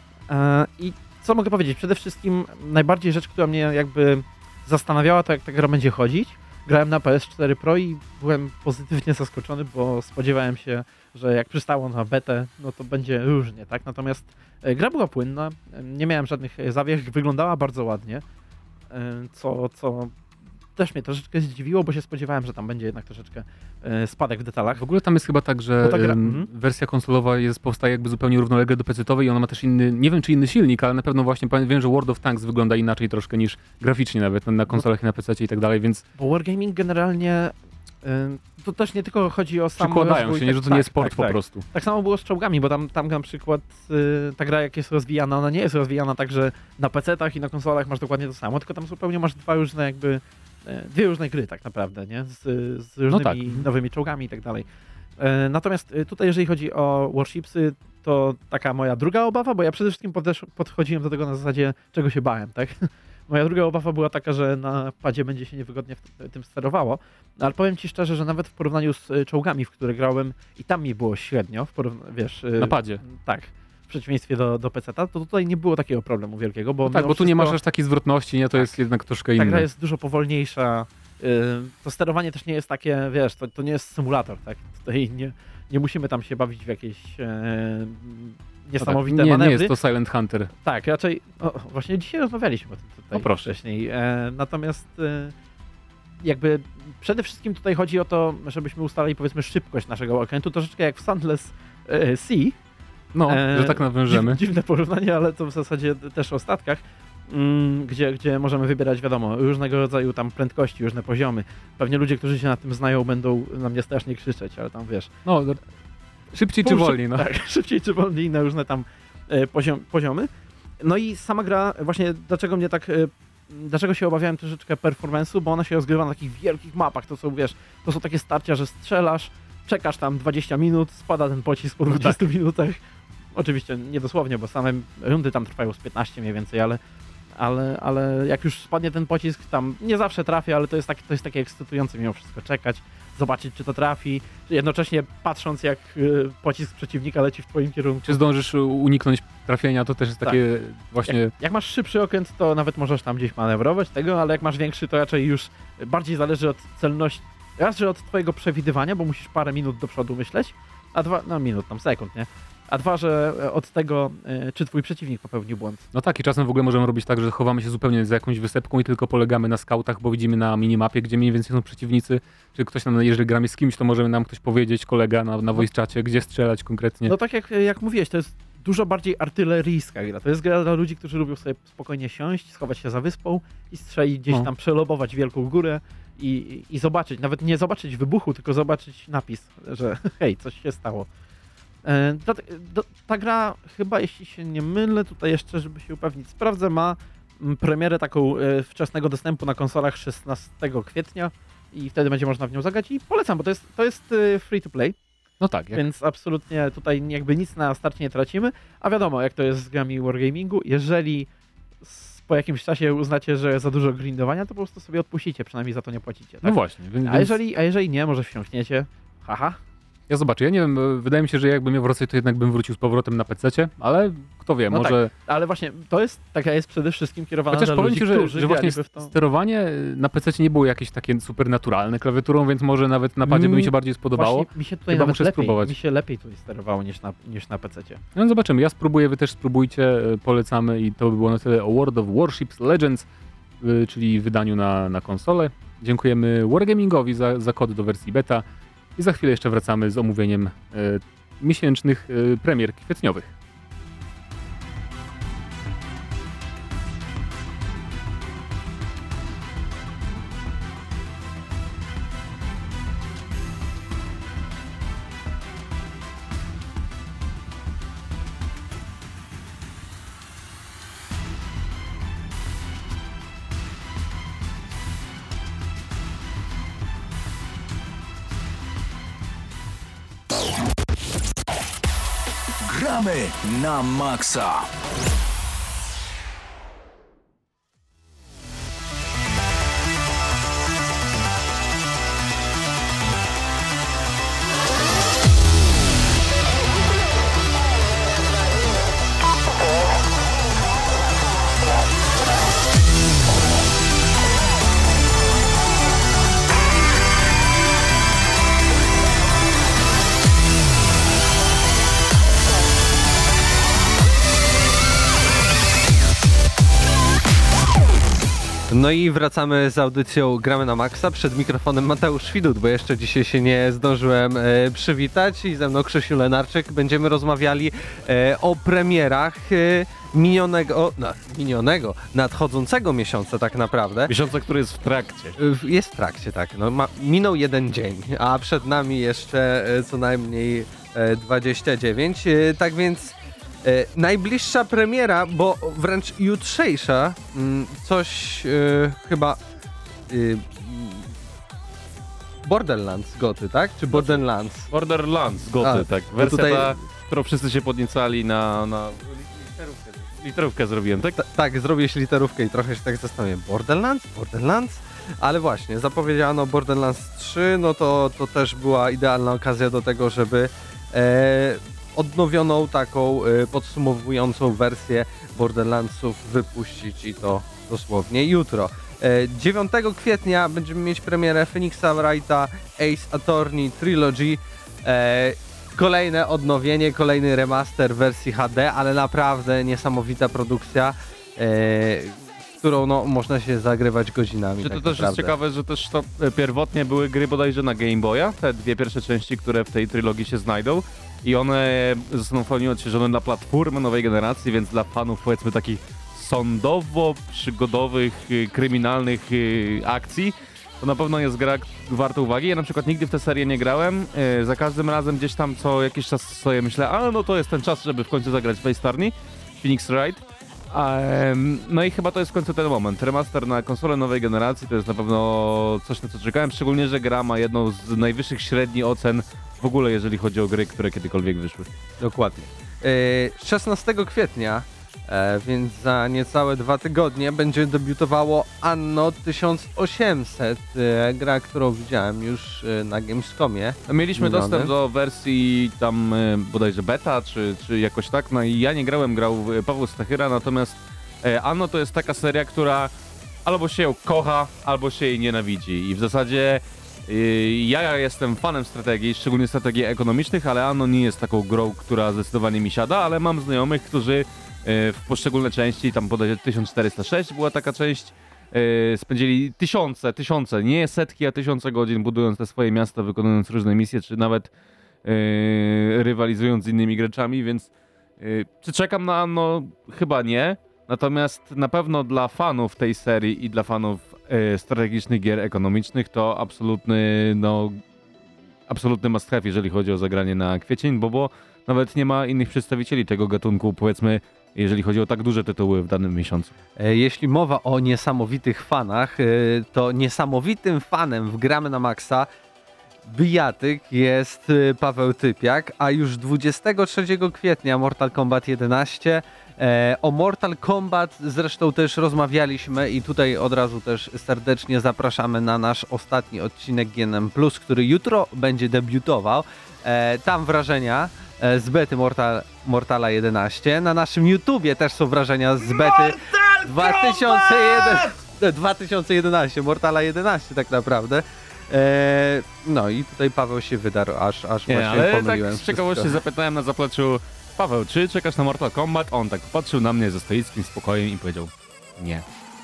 E: E, I co mogę powiedzieć? Przede wszystkim najbardziej rzecz, która mnie jakby zastanawiała, to jak ta gra będzie chodzić. Grałem na P S cztery Pro i byłem pozytywnie zaskoczony, bo spodziewałem się, że jak przystało na betę, no to będzie różnie, tak? Natomiast e, gra była płynna, e, nie miałem żadnych e, zawiech, wyglądała bardzo ładnie, e, co, co też mnie troszeczkę zdziwiło, bo się spodziewałem, że tam będzie jednak troszeczkę e, spadek w detalach.
F: W ogóle tam jest chyba tak, że
E: Bo ta gra-
F: em,
E: mhm.
F: wersja konsolowa jest, powstaje jakby zupełnie równolegle do pecetowej i ona ma też inny, nie wiem czy inny silnik, ale na pewno właśnie pamię- wiem, że World of Tanks wygląda inaczej troszkę niż graficznie nawet na konsolach i na pececie i tak dalej, więc
E: Bo Wargaming generalnie, e, to też nie tylko chodzi o sam
F: przykładają
E: rozwój,
F: się, nie,
E: tak-
F: że to nie jest
E: tak,
F: sport
E: tak,
F: po
E: tak.
F: prostu.
E: Tak samo było z czołgami, bo tam, tam na przykład y, ta gra jak jest rozwijana, ona nie jest rozwijana tak, że na pecetach i na konsolach masz dokładnie to samo, tylko tam zupełnie masz dwa różne jakby, y, dwie różne gry tak naprawdę, nie? Z, z różnymi
F: tak.
E: nowymi czołgami i tak dalej. Y, natomiast y, tutaj jeżeli chodzi o Warshipsy, to taka moja druga obawa, bo ja przede wszystkim podesz- podchodziłem do tego na zasadzie, czego się bałem, tak? Moja druga obawa była taka, że na padzie będzie się niewygodnie w tym sterowało, no, ale powiem ci szczerze, że nawet w porównaniu z y, czołgami, w które grałem, i tam mi było średnio, w porówna- wiesz... y,
F: Na padzie.
E: Tak, w przeciwieństwie do, do peceta, to tutaj nie było takiego problemu wielkiego, bo
F: No tak,
E: mimo
F: bo tu nie masz
E: wszystko
F: aż takiej zwrotności, nie? To
E: Tak.
F: jest jednak troszkę
E: ta gra
F: inne.
E: jest dużo powolniejsza, y, to sterowanie też nie jest takie, wiesz, to, to nie jest symulator, tak? Tutaj nie, nie musimy tam się bawić w jakieś e,
F: No
E: niesamowite
F: tak, nie,
E: manewry.
F: nie jest to Silent Hunter.
E: Tak, raczej. O, właśnie dzisiaj rozmawialiśmy o tym tutaj
F: O, proszę.
E: wcześniej. E, natomiast e, jakby przede wszystkim tutaj chodzi o to, żebyśmy ustalili powiedzmy szybkość naszego okrętu, troszeczkę jak w Sandless e, Sea.
F: No,
E: E,
F: że tak nawężymy.
E: Dziw, dziwne porównanie, ale to w zasadzie też o statkach. Mm, gdzie, gdzie możemy wybierać, wiadomo, różnego rodzaju tam prędkości, różne poziomy. Pewnie ludzie, którzy się na tym znają, będą na mnie strasznie krzyczeć, ale tam wiesz,
F: No, no, szybciej czy
E: Pół-
F: wolniej, no.
E: Tak, szybciej czy wolniej na różne tam e, poziom, poziomy. No i sama gra, właśnie dlaczego mnie tak, e, dlaczego się obawiałem troszeczkę performance'u, bo ona się rozgrywa na takich wielkich mapach, to są, wiesz, to są takie starcia, że strzelasz, czekasz tam dwadzieścia minut, spada ten pocisk po dwudziestu minutach. Oczywiście nie dosłownie, bo same rundy tam trwają z piętnaście mniej więcej, ale ale, ale jak już spadnie ten pocisk, tam nie zawsze trafię, ale to jest, tak, to jest takie ekscytujące mimo wszystko, czekać, zobaczyć czy to trafi, jednocześnie patrząc jak y, pocisk przeciwnika leci w twoim kierunku.
F: Czy zdążysz uniknąć trafienia, to też jest
E: Tak.
F: takie właśnie...
E: Jak, jak masz szybszy okręt, to nawet możesz tam gdzieś manewrować tego, ale jak masz większy, to raczej już bardziej zależy od celności, raz, że od twojego przewidywania, bo musisz parę minut do przodu myśleć, a dwa, no minut, tam sekund, nie? A dwa, że od tego, y, czy twój przeciwnik popełnił błąd.
F: No tak, i czasem w ogóle możemy robić tak, że chowamy się zupełnie za jakąś wysepką i tylko polegamy na skautach, bo widzimy na minimapie, gdzie mniej więcej są przeciwnicy, czy ktoś nam, jeżeli gramy z kimś, to możemy nam ktoś powiedzieć, kolega na, na voice czacie, gdzie strzelać konkretnie.
E: No tak jak, jak mówiłeś, to jest dużo bardziej artyleryjska gra. To jest gra dla ludzi, którzy lubią sobie spokojnie siąść, schować się za wyspą i strzelić gdzieś
F: No.
E: tam, przelobować wielką górę i, i zobaczyć, nawet nie zobaczyć wybuchu, tylko zobaczyć napis, że hej, coś się stało. E, dlate- do, ta gra chyba, jeśli się nie mylę, tutaj jeszcze, żeby się upewnić, sprawdzę, ma mm, premierę taką e, wczesnego dostępu na konsolach szesnastego kwietnia i wtedy będzie można w nią zagrać i polecam, bo to jest, to jest e, free to play.
F: No tak, jak
E: Więc absolutnie tutaj jakby nic na starcie nie tracimy, a wiadomo, jak to jest z grami Wargamingu, jeżeli s- po jakimś czasie uznacie, że za dużo grindowania, to po prostu sobie odpuścicie, przynajmniej za to nie płacicie. Tak?
F: No właśnie, więc,
E: A jeżeli, a jeżeli nie, może wsiąkniecie, haha.
F: ja zobaczę, ja nie wiem, wydaje mi się, że jakbym miał wracać, to jednak bym wrócił z powrotem na pececie, ale kto wie,
E: No
F: może...
E: Ale właśnie to jest, taka jest przede wszystkim kierowana
F: Chociaż
E: do
F: powiem
E: ludzi,
F: ci, że,
E: którzy
F: że właśnie
E: graliby w to.
F: sterowanie na pececie nie było jakieś takie super naturalne klawiaturą, więc może nawet na padzie by mi się bardziej spodobało.
E: Właśnie mi się tutaj
F: Chyba
E: nawet
F: muszę
E: lepiej,
F: spróbować.
E: mi się lepiej tutaj sterowało niż na, niż na pececie.
F: No zobaczymy, ja spróbuję, wy też spróbujcie, e, polecamy i to by było na tyle o World of Warships Legends, y, czyli wydaniu na, na konsolę. Dziękujemy Wargamingowi za, za kod do wersji beta i za chwilę jeszcze wracamy z omówieniem e, miesięcznych e, premier kwietniowych.
B: Gramy na maksa.
H: No i wracamy z audycją Gramy na Maxa. Przed mikrofonem Mateusz Widut, bo jeszcze dzisiaj się nie zdążyłem e, przywitać i ze mną Krzysiu Lenarczyk. Będziemy rozmawiali e, o premierach e, minionego, no, minionego, nadchodzącego miesiąca tak naprawdę.
I: Miesiąca, który jest w trakcie.
H: W- Jest w trakcie, tak. No, ma, minął jeden dzień, a przed nami jeszcze e, co najmniej e, dwadzieścia dziewięć. E, tak więc e, najbliższa premiera, bo wręcz jutrzejsza, mm, coś e, chyba e, mm, Borderlands goty, tak? Czy Borderlands?
I: Borderlands, goty,
H: A,
I: tak.
H: no
I: Wersja
H: tutaj-
I: ta, którą wszyscy się podniecali na... na... Literówkę. Literówkę zrobiłem, tak?
H: Ta, tak, zrobię się literówkę i trochę się tak zastanawiam. Borderlands? Borderlands? Ale właśnie, zapowiedziano Borderlands trzy, no to, to też była idealna okazja do tego, żeby e, odnowioną taką e, podsumowującą wersję Borderlandsów wypuścić i to dosłownie jutro. E, dziewiątego kwietnia będziemy mieć premierę Phoenixa Wrighta Ace Attorney Trilogy. E, Kolejne odnowienie, kolejny remaster w wersji H D, ale naprawdę niesamowita produkcja, e, którą no, można się zagrywać godzinami.
I: Czy to
H: tak
I: też jest
H: naprawdę.
I: ciekawe, że też to e, pierwotnie były gry bodajże na Game Boya, te dwie pierwsze części, które w tej trylogii się znajdą i one zostaną w pełni odświeżone na platformę nowej generacji, więc dla fanów powiedzmy takich sądowo-przygodowych, y, kryminalnych y, akcji, to na pewno jest gra warta uwagi. Ja na przykład nigdy w tę serię nie grałem. Yy, za każdym razem gdzieś tam co jakiś czas sobie myślę, a no to jest ten czas, żeby w końcu zagrać w Ace Attorney, Phoenix Wright. Um, no i chyba to jest w końcu ten moment. Remaster na konsolę nowej generacji to jest na pewno coś, na co czekałem. Szczególnie, że gra ma jedną z najwyższych średnich ocen w ogóle, jeżeli chodzi o gry, które kiedykolwiek wyszły.
H: Dokładnie. E, szesnastego kwietnia, e, więc za niecałe dwa tygodnie, będzie debiutowało Anno tysiąc osiemset, e, gra, którą widziałem już e, na Gamescomie.
I: Mieliśmy
H: Mówiony.
I: dostęp do wersji tam e, bodajże beta, czy, czy jakoś tak, no i ja nie grałem, grał e, Paweł Stachyra, natomiast e, Anno to jest taka seria, która albo się ją kocha, albo się jej nienawidzi i w zasadzie e, ja jestem fanem strategii, szczególnie strategii ekonomicznych, ale Anno nie jest taką grą, która zdecydowanie mi siada, ale mam znajomych, którzy e, w poszczególne części, tam bodajże tysiąc czterysta sześć była taka część, Yy, spędzili tysiące, tysiące, nie setki, a tysiące godzin budując te swoje miasta, wykonując różne misje, czy nawet yy, rywalizując z innymi graczami, więc yy, czy czekam na Anno? Chyba nie. Natomiast na pewno dla fanów tej serii i dla fanów yy, strategicznych gier ekonomicznych to absolutny, no, absolutny must have, jeżeli chodzi o zagranie na kwiecień, bo, bo nawet nie ma innych przedstawicieli tego gatunku, powiedzmy, jeżeli chodzi o tak duże tytuły w danym miesiącu.
H: E, Jeśli mowa o niesamowitych fanach, e, to niesamowitym fanem w Gramy na Maxa bijatyk, jest y, Paweł Typiak, a już dwudziestego trzeciego kwietnia Mortal Kombat jedenaście. E, o Mortal Kombat zresztą też rozmawialiśmy i tutaj od razu też serdecznie zapraszamy na nasz ostatni odcinek G N M plus, który jutro będzie debiutował. E, tam wrażenia e, z bety Mortal, Mortala jedenaście. Na naszym YouTubie też są wrażenia z bety dwa tysiące jeden, dwa tysiące jedenaście, Mortala jedenaście tak naprawdę. E, no i tutaj Paweł się wydarł, aż, aż
I: Nie,
H: właśnie
I: ale
H: pomyliłem
I: tak z
H: wszystko.
I: ciekawości zapytałem na zapleczu: Paweł, czy czekasz na Mortal Kombat? On tak patrzył na mnie ze stoickim spokojem i powiedział: nie.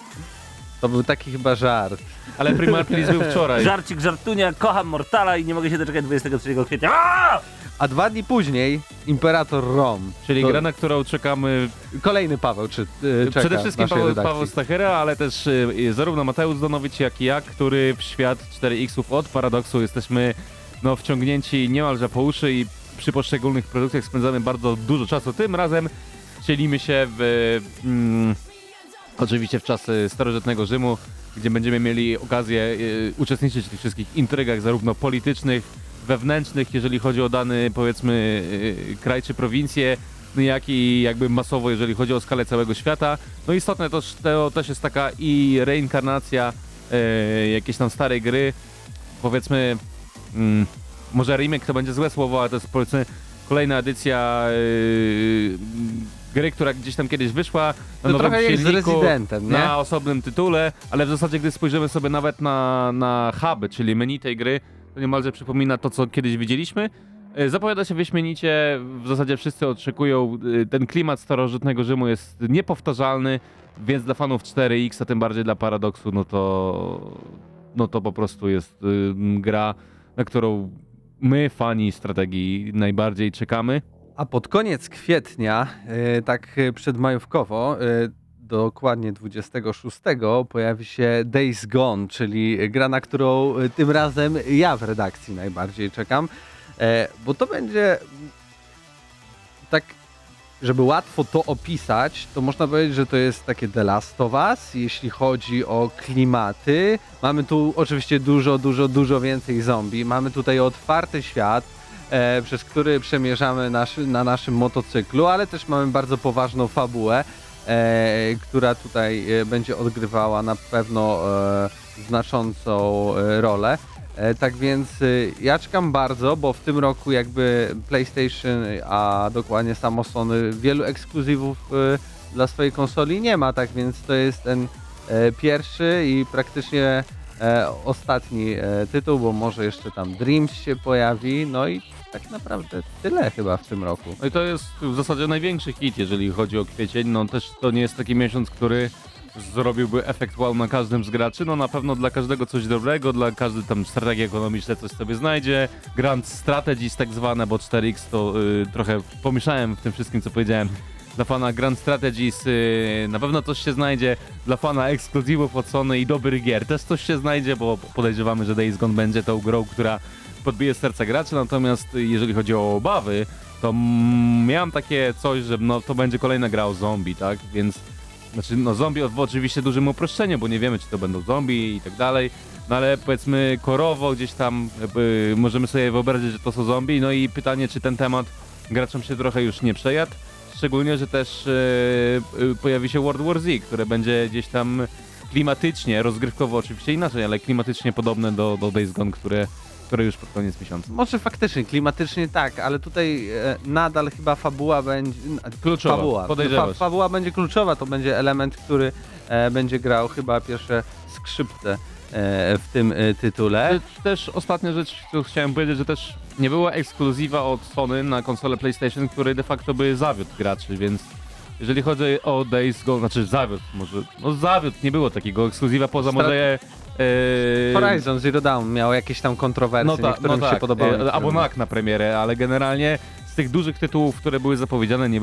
H: To był taki chyba żart.
I: Ale Primal Please był wczoraj.
C: Żarcik, żartunia, kocham Mortala i nie mogę się doczekać dwudziestego trzeciego kwietnia. Aaaa!
H: A dwa dni później Imperator Rom.
I: Czyli
H: To
I: gra, na którą czekamy.
H: Kolejny Paweł, czy y, czeka
I: Przede
H: w
I: wszystkim
H: naszej
I: Paweł,
H: redakcji.
I: Paweł Stachyra, ale też y, zarówno Mateusz Zdanowicz, jak i ja, który w świat cztery iksów od Paradoksu jesteśmy no, wciągnięci niemalże po uszy i przy poszczególnych produktach spędzamy bardzo dużo czasu. Tym razem wcielimy się w mm, oczywiście w czasy starożytnego Rzymu, gdzie będziemy mieli okazję y, uczestniczyć w tych wszystkich intrygach, zarówno politycznych, wewnętrznych, jeżeli chodzi o dany, powiedzmy, y, kraj czy prowincję, no jak i jakby masowo, jeżeli chodzi o skalę całego świata. No istotne to, to też jest taka i reinkarnacja y, jakiejś tam starej gry, powiedzmy, mm, może remake to będzie złe słowo, ale to jest, powiedzmy, kolejna edycja y, gry, która gdzieś tam kiedyś wyszła na
H: To
I: nowym
H: trochę jak z
I: silniku,
H: Residentem, nie?
I: na osobnym tytule, ale w zasadzie gdy spojrzymy sobie nawet na, na huby, czyli menu tej gry, to niemalże przypomina to, co kiedyś widzieliśmy. E, Zapowiada się wyśmienicie, w zasadzie wszyscy oczekują, e, ten klimat starożytnego Rzymu jest niepowtarzalny, więc dla fanów cztery X, a tym bardziej dla Paradoksu, no to, no to po prostu jest y, gra, na którą my, fani strategii, najbardziej czekamy.
H: A pod koniec kwietnia, y, tak y, przedmajówkowo, y, dokładnie dwudziestego szóstego pojawi się Days Gone, czyli gra, na którą y, tym razem ja w redakcji najbardziej czekam, e, bo to będzie tak, żeby łatwo to opisać, to można powiedzieć, że to jest takie The Last of Us, jeśli chodzi o klimaty. Mamy tu oczywiście dużo, dużo, dużo więcej zombie. Mamy tutaj otwarty świat, e, przez który przemierzamy nasz, na naszym motocyklu, ale też mamy bardzo poważną fabułę, e, która tutaj e, będzie odgrywała na pewno e, znaczącą e, rolę. E, tak więc e, ja czekam bardzo, bo w tym roku jakby PlayStation, a dokładnie samo Sony, wielu ekskluzywów e, dla swojej konsoli nie ma, tak więc to jest ten e, pierwszy i praktycznie e, ostatni e, tytuł, bo może jeszcze tam Dreams się pojawi, no i tak naprawdę tyle chyba w tym roku.
I: No i to jest w zasadzie największy hit, jeżeli chodzi o kwiecień. No też to nie jest taki miesiąc, który zrobiłby efekt wow na każdym z graczy. No na pewno dla każdego coś dobrego, dla każdej tam strategii ekonomicznej coś sobie znajdzie. Grand Strategies tak zwane, bo cztery X to y, trochę pomieszałem w tym wszystkim, co powiedziałem. Dla fana Grand Strategies y, na pewno coś się znajdzie. Dla fana ekskluzywów od Sony i dobrych gier też coś się znajdzie, bo podejrzewamy, że Days Gone będzie tą grą, która podbije serce graczy. Natomiast jeżeli chodzi o obawy, to mm, miałem takie coś, że no, to będzie kolejna gra o zombie, tak? Więc znaczy, no zombie w oczywiście dużym uproszczeniu, bo nie wiemy, czy to będą zombie i tak dalej, no ale powiedzmy korowo gdzieś tam y, możemy sobie wyobrazić, że to są zombie, no i pytanie, czy ten temat graczom się trochę już nie przejadł, szczególnie, że też y, y, pojawi się World War Z, które będzie gdzieś tam klimatycznie, rozgrywkowo oczywiście inaczej, ale klimatycznie podobne do, do Days Gone, które które już pod koniec miesiąca.
H: Może faktycznie, klimatycznie tak, ale tutaj e, nadal chyba fabuła będzie...
I: Kluczowa,
H: fabuła.
I: podejrzewasz.
H: Fa, fabuła będzie kluczowa, to będzie element, który e, będzie grał chyba pierwsze skrzypce e, w tym e, tytule.
I: Też ostatnia rzecz, którą chciałem powiedzieć, że też nie była ekskluzywa od Sony na konsolę PlayStation, który de facto by zawiódł graczy, więc jeżeli chodzi o Days Gone, znaczy zawiódł, może, no zawiódł, nie było takiego ekskluzywa poza
H: Strat-
I: może... Yy...
H: Horizon Zero Dawn miał jakieś tam kontrowersje,
I: no ta,
H: niektórym
I: no tak,
H: się podobały.
I: Albo na premierę, ale generalnie z tych dużych tytułów, które były zapowiedziane, nie